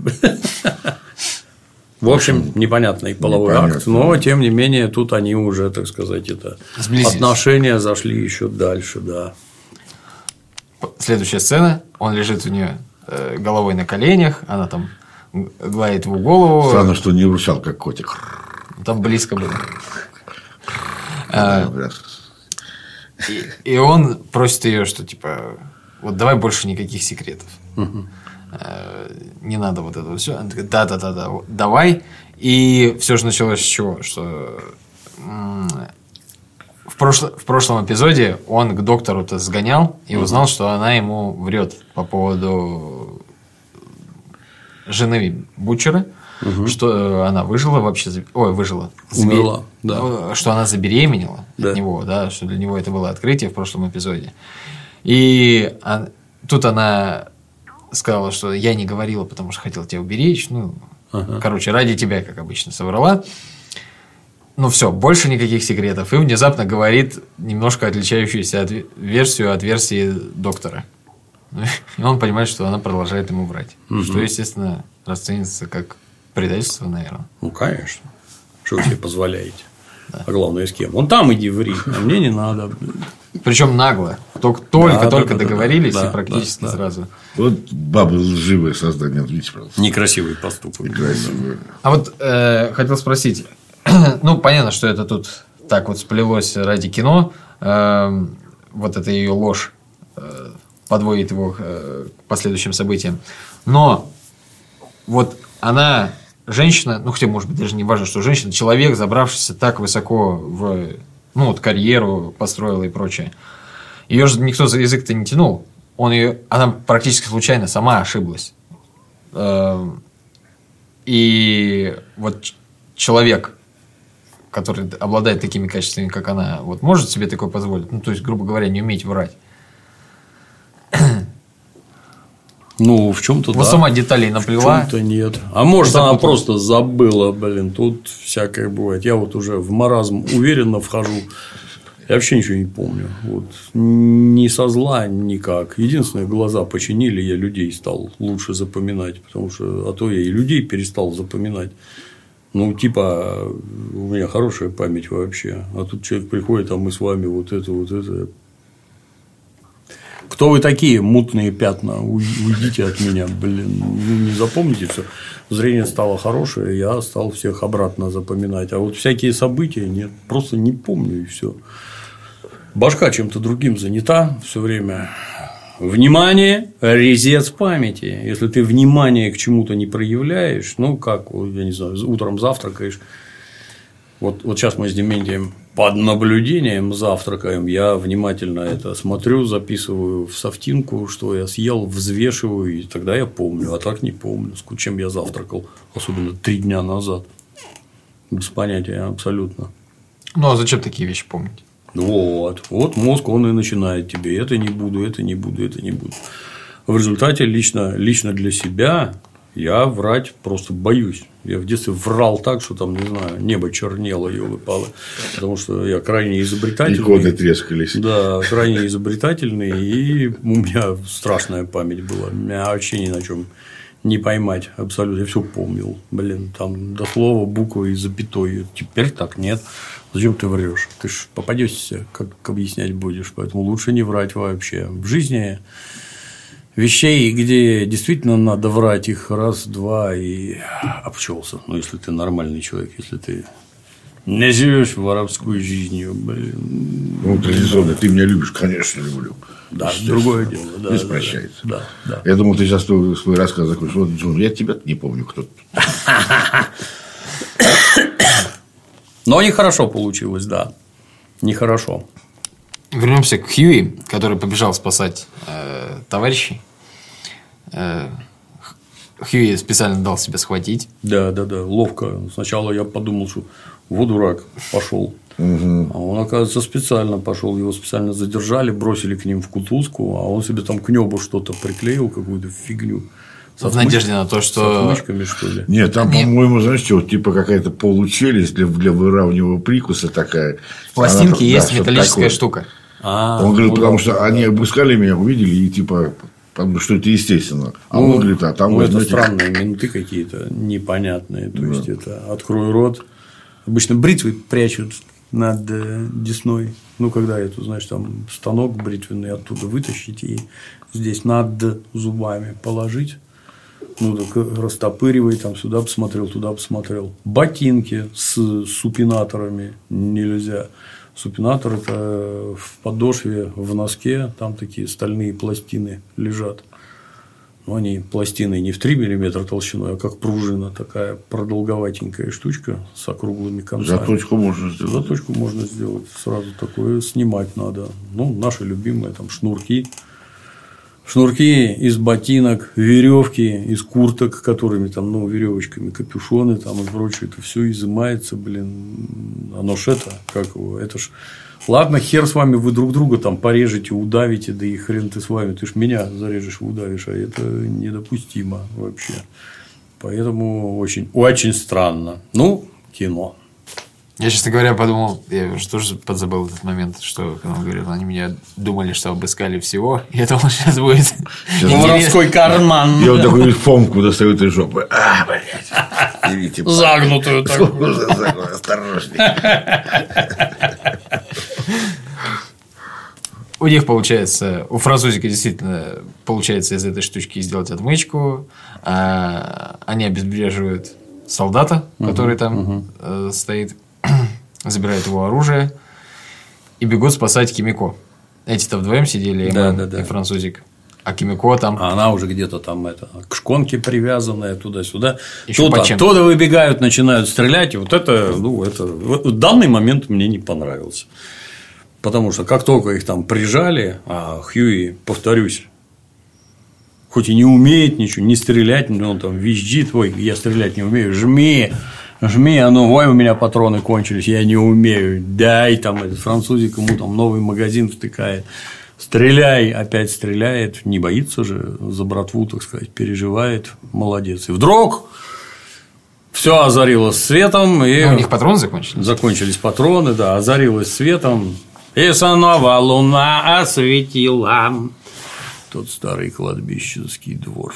В общем, непонятный половой акт, но, тем не менее, тут они уже, так сказать, отношения зашли еще дальше, да. Следующая сцена. Он лежит у нее головой на коленях, она там гладит его голову. Странно, что не урчал, как котик. Там близко было. И он просит ее, что типа вот давай больше никаких секретов. Не надо вот этого все. Она такая, да, давай. И все же началось с чего? Что в прошлом эпизоде он к доктору-то сгонял и узнал, что она ему врет по поводу жены Бутчера, что она выжила вообще. Выжила. Умерла, да. Что она забеременела от него, да, что для него это было открытие в прошлом эпизоде. И тут она сказала, что я не говорила, потому что хотела тебя уберечь. Короче, ради тебя, как обычно, соврала. Ну, все, больше никаких секретов. И внезапно говорит немножко отличающуюся версию от версии доктора. И он понимает, что она продолжает ему врать. Что, естественно, расценится как предательство, наверное. Ну, конечно. Что вы себе позволяете? Да. А главное, с кем? Вон там иди ври, а мне не надо. Причем нагло. Только договорились и практически сразу. Вот бабы лживое создание, видите, пожалуйста. Некрасивый поступок. Некрасивый. А вот хотел спросить. Ну, понятно, что это тут так вот сплелось ради кино. Вот эта ее ложь подводит его к последующим событиям. Но вот она женщина, ну, хотя, может быть, даже не важно, что женщина, человек, забравшийся так высоко в карьеру построила и прочее. Ее же никто за язык-то не тянул. Она практически случайно сама ошиблась. И вот человек, который обладает такими качествами, как она, вот может себе такое позволить? Ну, то есть, грубо говоря, не уметь врать. Ну, в чем-то да. Вот сама деталей наплела. В чем-то нет. А может, она просто забыла, блин, тут всякое бывает. Я вот уже в маразм уверенно вхожу. Я вообще ничего не помню. Вот. Ни со зла, никак. Единственное, глаза починили, я людей стал лучше запоминать. Потому что, а то я и людей перестал запоминать. Ну, типа, у меня хорошая память вообще. А тут человек приходит, а мы с вами вот это. Кто вы такие, мутные пятна? Уйдите от меня, блин. Не запомните все. Зрение стало хорошее, я стал всех обратно запоминать. А вот всякие события нет, просто не помню и все. Башка чем-то другим занята все время. Внимание, резец памяти. Если ты внимание к чему-то не проявляешь, ну, как, я не знаю, утром завтракаешь. Вот сейчас мы с Дементием под наблюдением завтракаем. Я внимательно это смотрю, записываю в софтинку, что я съел, взвешиваю, и тогда я помню. А так не помню, с чем я завтракал, особенно 3 дня назад. Без понятия абсолютно. Ну, а зачем такие вещи помнить? Вот мозг, он и начинает тебе. Это не буду. В результате лично для себя я врать просто боюсь. Я в детстве врал так, что там, не знаю, небо чернело, ёлы-палы. Потому что я крайне изобретательный. Иконы трескались. Да, крайне изобретательный. И у меня страшная память была. Меня вообще ни на чем не поймать абсолютно. Я все помнил. Блин, там до слова, буквы и запятой. Теперь так нет. Зачем ты врешь? Ты ж попадешься, как объяснять будешь. Поэтому лучше не врать вообще. В жизни вещей, где действительно надо врать, их раз, два и обчелся. Ну, если ты нормальный человек, если ты Не живешь воровской жизнью, блин. Ну, традиционно. Ты меня любишь, конечно, люблю. Да, другое дело. Да, не прощается. Да. Я думал, ты сейчас свой рассказ закончишь. Вот, Джон, я тебя не помню, кто ты. Но нехорошо получилось, да. Нехорошо. Вернемся к Хьюи, который побежал спасать товарищей. Хьюи специально дал себя схватить. Да. Ловко. Сначала я подумал, что вот дурак пошел. А он, оказывается, специально пошел. Его специально задержали, бросили к ним в кутузку, а он себе там к небу что-то приклеил, какую-то фигню. В надежде на то, что... С отмычками, что ли? Нет, там, по-моему, знаешь, что, типа какая-то получелюсть для выравнивания прикуса такая. В пластинке есть металлическая штука. Он говорит, потому что они обыскали меня, увидели, и типа, потому что это естественно. А он говорит, а там... это странные менты какие-то непонятные. То есть, это открой рот. Обычно бритвы прячут над десной. Ну, когда эту, знаешь, там станок бритвенный оттуда вытащить и здесь над зубами положить. Ну, так растопыривай, там сюда посмотрел, туда посмотрел. Ботинки с супинаторами нельзя. Супинатор – это в подошве, в носке, там такие стальные пластины лежат. Но они пластины не в 3 мм толщиной, а как пружина, такая продолговатенькая штучка с округлыми концами. Заточку можно сделать. Заточку можно сделать. Сразу такое снимать надо. Ну, наши любимые там шнурки. Шнурки из ботинок, веревки из курток, которыми там, ну, веревочками, капюшоны там и прочее, это все изымается, блин. Оно ж это, как его, это ж. Ладно, хер с вами, вы друг друга там порежете, удавите, да и хрен ты с вами, ты ж меня зарежешь, удавишь, а это недопустимо вообще. Поэтому очень, очень странно. Ну, кино. Я, честно говоря, подумал, я уже тоже подзабыл этот момент, что, когда он говорил, они меня думали, что обыскали всего, и это сейчас будет воровской карман. И он такой фомку достает из жопы. А, блядь. Загнутую такую. Осторожней. У них получается, у французика действительно получается из этой штучки сделать отмычку. Они обезвреживают солдата, который там стоит, забирают его оружие и бегут спасать Кимико. Эти-то вдвоем сидели, и французик. А Кимико там... А она уже где-то там к шконке привязанная, туда-сюда. Еще тут оттуда выбегают, начинают стрелять. И вот это, в данный момент мне не понравился. Потому что как только их там прижали, а Хьюи, повторюсь, хоть и не умеет ничего, не стрелять, но он там визжит, ой, я стрелять не умею, жми, а ну, ой, у меня патроны кончились, я не умею, дай, там, этот французик ему там новый магазин втыкает, стреляй, опять стреляет, не боится же за братву, так сказать, переживает, молодец. И вдруг все озарилось светом, и у них патроны закончились. Закончились патроны, да, озарилось светом, и снова луна осветила тот старый кладбищенский двор.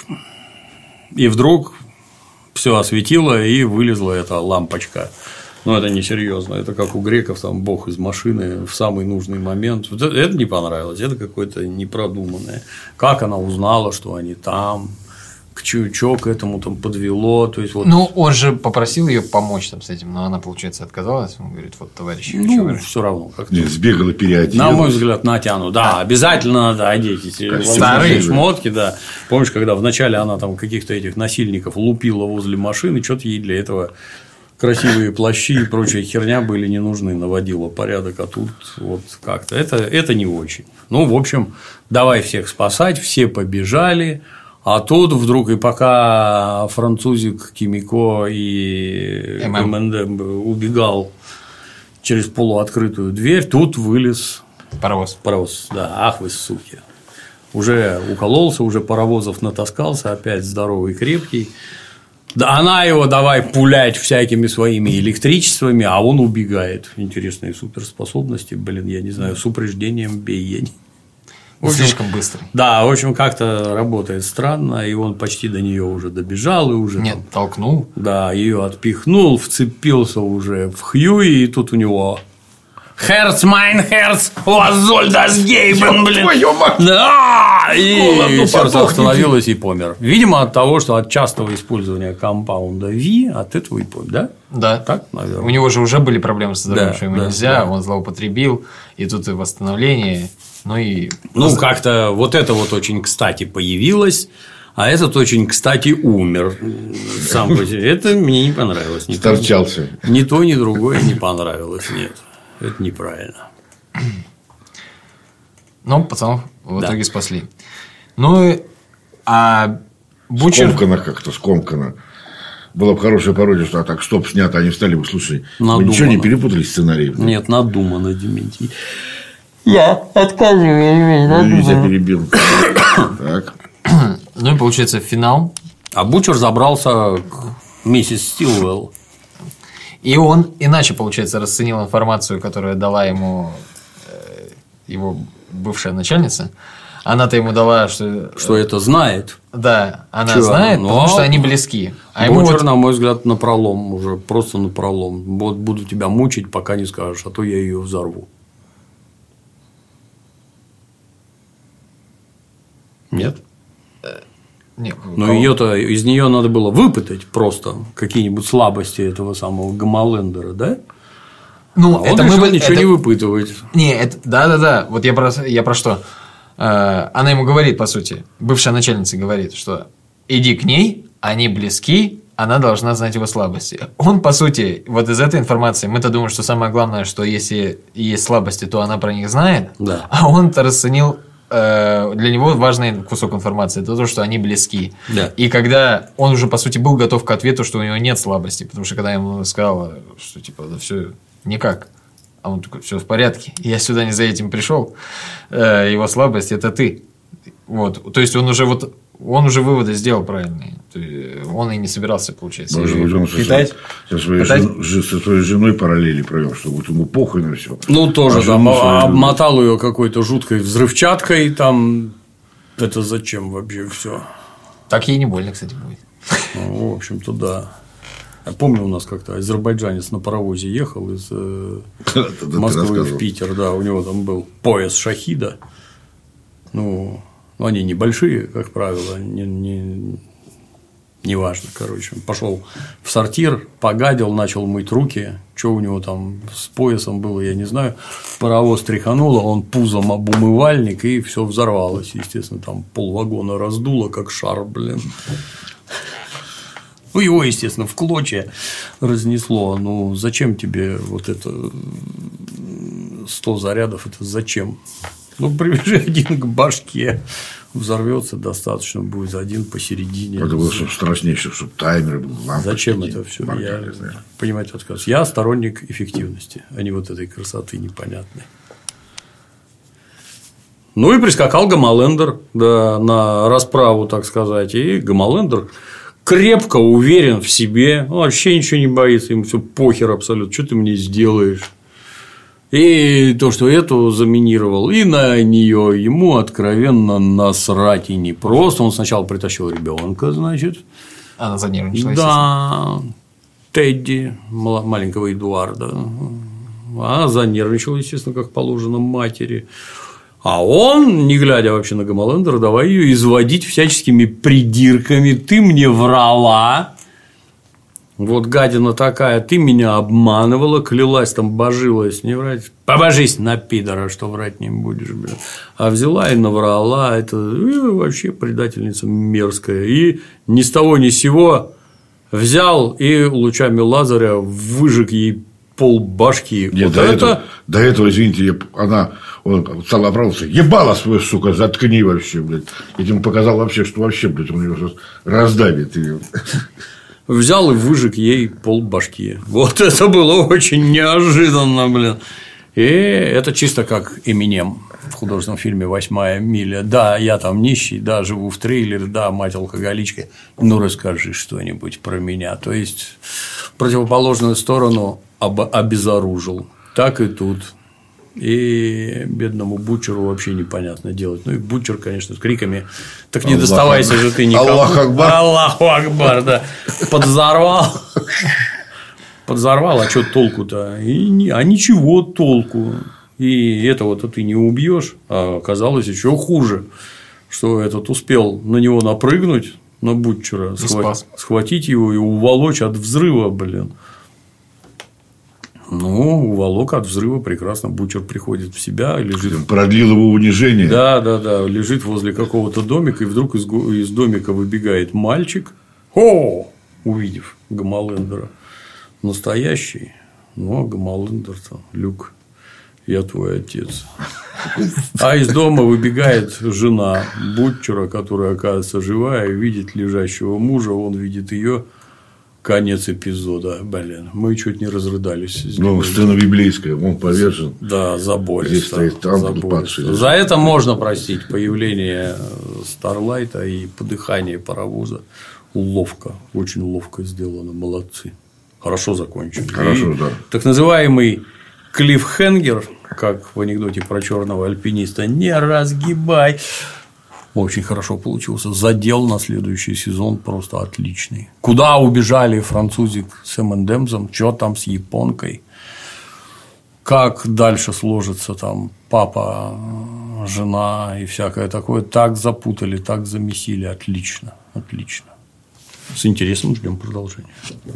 И вдруг все осветило, и вылезла эта лампочка. Но это несерьезно. Это как у греков, там бог из машины в самый нужный момент. Вот это не понравилось. Это какое-то непродуманное. Как она узнала, что они там? Что к этому там подвело? То есть, вот... Ну, он же попросил ее помочь там с этим, но она, получается, отказалась. Он говорит, вот, товарищи, все равно. Нет, сбегала, переоделась. На мой взгляд, натяну. Да, обязательно надо одеть эти старые шмотки, да. Помнишь, когда вначале она там каких-то этих насильников лупила возле машины, что-то ей для этого красивые плащи и прочая херня были не нужны, наводила порядок, а тут вот как-то. Это не очень. Ну, в общем, давай всех спасать, все побежали. А тут вдруг, и пока французик Кимико и МНД убегал через полуоткрытую дверь, тут вылез паровоз. Да, ах вы суки. Уже укололся, уже паровозов натаскался, опять здоровый, крепкий. Да она его давай пулять всякими своими электричествами, а он убегает. Интересные суперспособности, блин, я не знаю, с упреждением бей, я не... Слишком быстрый. Да, в общем, как-то работает странно, и он почти до нее уже добежал и уже. Нет, толкнул. Да, ее отпихнул, вцепился уже в Хьюи, и тут у него Herz, mein Herz, was soll das geben, блин. Твою мать! Да! И Холодно, сердце потухните. остановилось и помер. Видимо, от того, что от частого использования компаунда V, от этого и помер, да? Да. Так, наверное. У него же уже были проблемы со здоровьем, Да, что ему да, нельзя, да. он злоупотребил, и тут и восстановление, ну и... Ну, как-то вот это вот очень кстати появилось, а этот очень кстати умер сам по себе. Это мне не понравилось. Сторчался. Ни то, ни другое не понравилось. Нет, это неправильно. Но пацанов в Да. итоге спасли. Ну, а Бучер... Скомкано как-то, скомкано. Была бы хорошая пародия, что так, стоп, снято, они стали бы, слушай, вы Надумано. ничего не перепутали сценарий? Нет, надумано, Дементий. Я отказываюсь. Ну, я перебил. Так. Ну и получается финал. А Бучер забрался к миссис Стилвелл. И он иначе, получается, расценил информацию, которую дала ему его бывшая начальница. Она-то ему дала, что... Что это знает. Да, она Чё? знает, Но потому что они близки. А ему Бучер, вот... на мой взгляд, напролом уже. Просто напролом. Вот буду тебя мучить, пока не скажешь, а то я ее взорву. Нет? Нет, Но ее-то из нее надо было выпытать просто какие-нибудь слабости этого самого Гамалендера, да? Ну, А он решил ничего не выпытывать. Не, это... Да. Вот я про что. Она ему говорит, по сути, бывшая начальница говорит, что иди к ней, они близки, она должна знать его слабости. Он, по сути, вот из этой информации, мы-то думаем, что самое главное, что если есть слабости, то она про них знает, Да. а он-то расценил, для него важный кусок информации, это то, что они близки. Да. И когда он уже, по сути, был готов к ответу, что у него нет слабости, потому что когда ему сказала, что типа, да все никак, а он такой, все в порядке, я сюда не за этим пришел, его слабость – это ты. Вот. То есть, он уже выводы сделал правильные. Он и не собирался, получается, Может быть, он со своей женой параллели провел, что вот ему похуй на все. Ну, тоже там обмотал ее какой-то жуткой взрывчаткой, там это зачем вообще все? Так ей не больно, кстати, будет. Ну, в общем-то, да. Я помню, у нас как-то азербайджанец на паровозе ехал из Москвы в Питер, да, у него там был пояс шахида. Ну, они небольшие, как правило, неважно, короче. Пошел в сортир, погадил, начал мыть руки. Что у него там с поясом было, я не знаю. Паровоз тряхануло, он пузом об умывальник, и все взорвалось. Естественно, там полвагона раздуло, как шар, блин. Ну, его, естественно, в клочья разнесло. Ну, зачем тебе вот это 100 зарядов? Это зачем? Ну, привяжи один к башке. Взорвется достаточно, будет один посередине. Это было, чтобы страшнейшее, чтобы таймер был. Зачем это все? Я понимаете, отказ. Я сторонник эффективности, а не вот этой красоты непонятной. Ну и прискакал Гамалендер, да, на расправу, так сказать. И Гамалендер крепко уверен в себе, он вообще ничего не боится, ему все похер абсолютно, что ты мне сделаешь. И то, что эту заминировал, и на нее ему откровенно насрать, и не просто. Он сначала притащил ребенка, значит. Она занервничала, да, Тедди, маленького Эдуарда. Она занервничала, естественно, как положено матери. А он, не глядя вообще на Гамалендера, давай ее изводить всяческими придирками. Ты мне врала. Вот гадина такая, ты меня обманывала, клялась, там божилась, не врать. Побожись на пидора, что врать не будешь, блин. А взяла и наврала, это вообще предательница мерзкая. И ни с того ни с сего взял и лучами лазеря выжег ей полбашки. Нет, вот до этого, извините, он стал оправдываться, ебало свою, сука, заткни вообще, блядь. Этим показал вообще, что вообще, блядь, он ее раздавит ее. Взял и выжег ей полбашки. Вот это было очень неожиданно, блин. И это чисто как Эминем в художественном фильме «Восьмая миля». Да, я там нищий, да, живу в трейлере, да, мать алкоголичка. Ну, расскажи что-нибудь про меня. То есть, противоположную сторону обезоружил. Так и тут. И бедному Бучеру вообще непонятно делать. Ну и Бучер, конечно, с криками: так не доставайся же ты никому. Аллаху Акбар. Аллаху Акбар, да. Подзорвал подзорвал, а что толку-то? А ничего толку. И этого-то ты не убьешь, а оказалось еще хуже, что этот успел на него напрыгнуть, на Бутчера, схватить его и уволочь от взрыва, блин. Ну, уволок от взрыва прекрасно. Бутчер приходит в себя, лежит. Продлил его унижение. Да, лежит возле какого-то домика, и вдруг из домика выбегает мальчик. Увидев Гомолендера. Настоящий. Но Гомолендер-то, Люк, я твой отец. А из дома выбегает жена Бутчера, которая, оказывается, живая, видит лежащего мужа, он видит ее. Конец эпизода. Блин, мы чуть не разрыдались. Ну, сцена библейская, он повержен. Да, забористо. Здесь стоит танк, падший. За это можно простить появление Старлайта и подыхание паровоза. Ловко, очень ловко сделано. Молодцы. Хорошо закончили. Хорошо, да. Так называемый клиффхенгер, как в анекдоте про черного альпиниста, не разгибай. Очень хорошо получился. Задел на следующий сезон просто отличный. Куда убежали французик с M&M's'ом, что там с японкой, как дальше сложится там папа, жена и всякое такое. Так запутали, так замесили. Отлично. Отлично. С интересом ждем продолжения.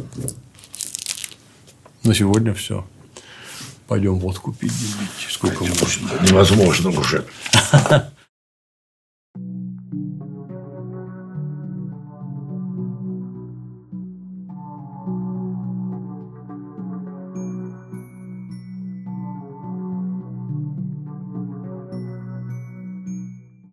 На сегодня все. Пойдем водку пить. Сколько можно. Невозможно уже.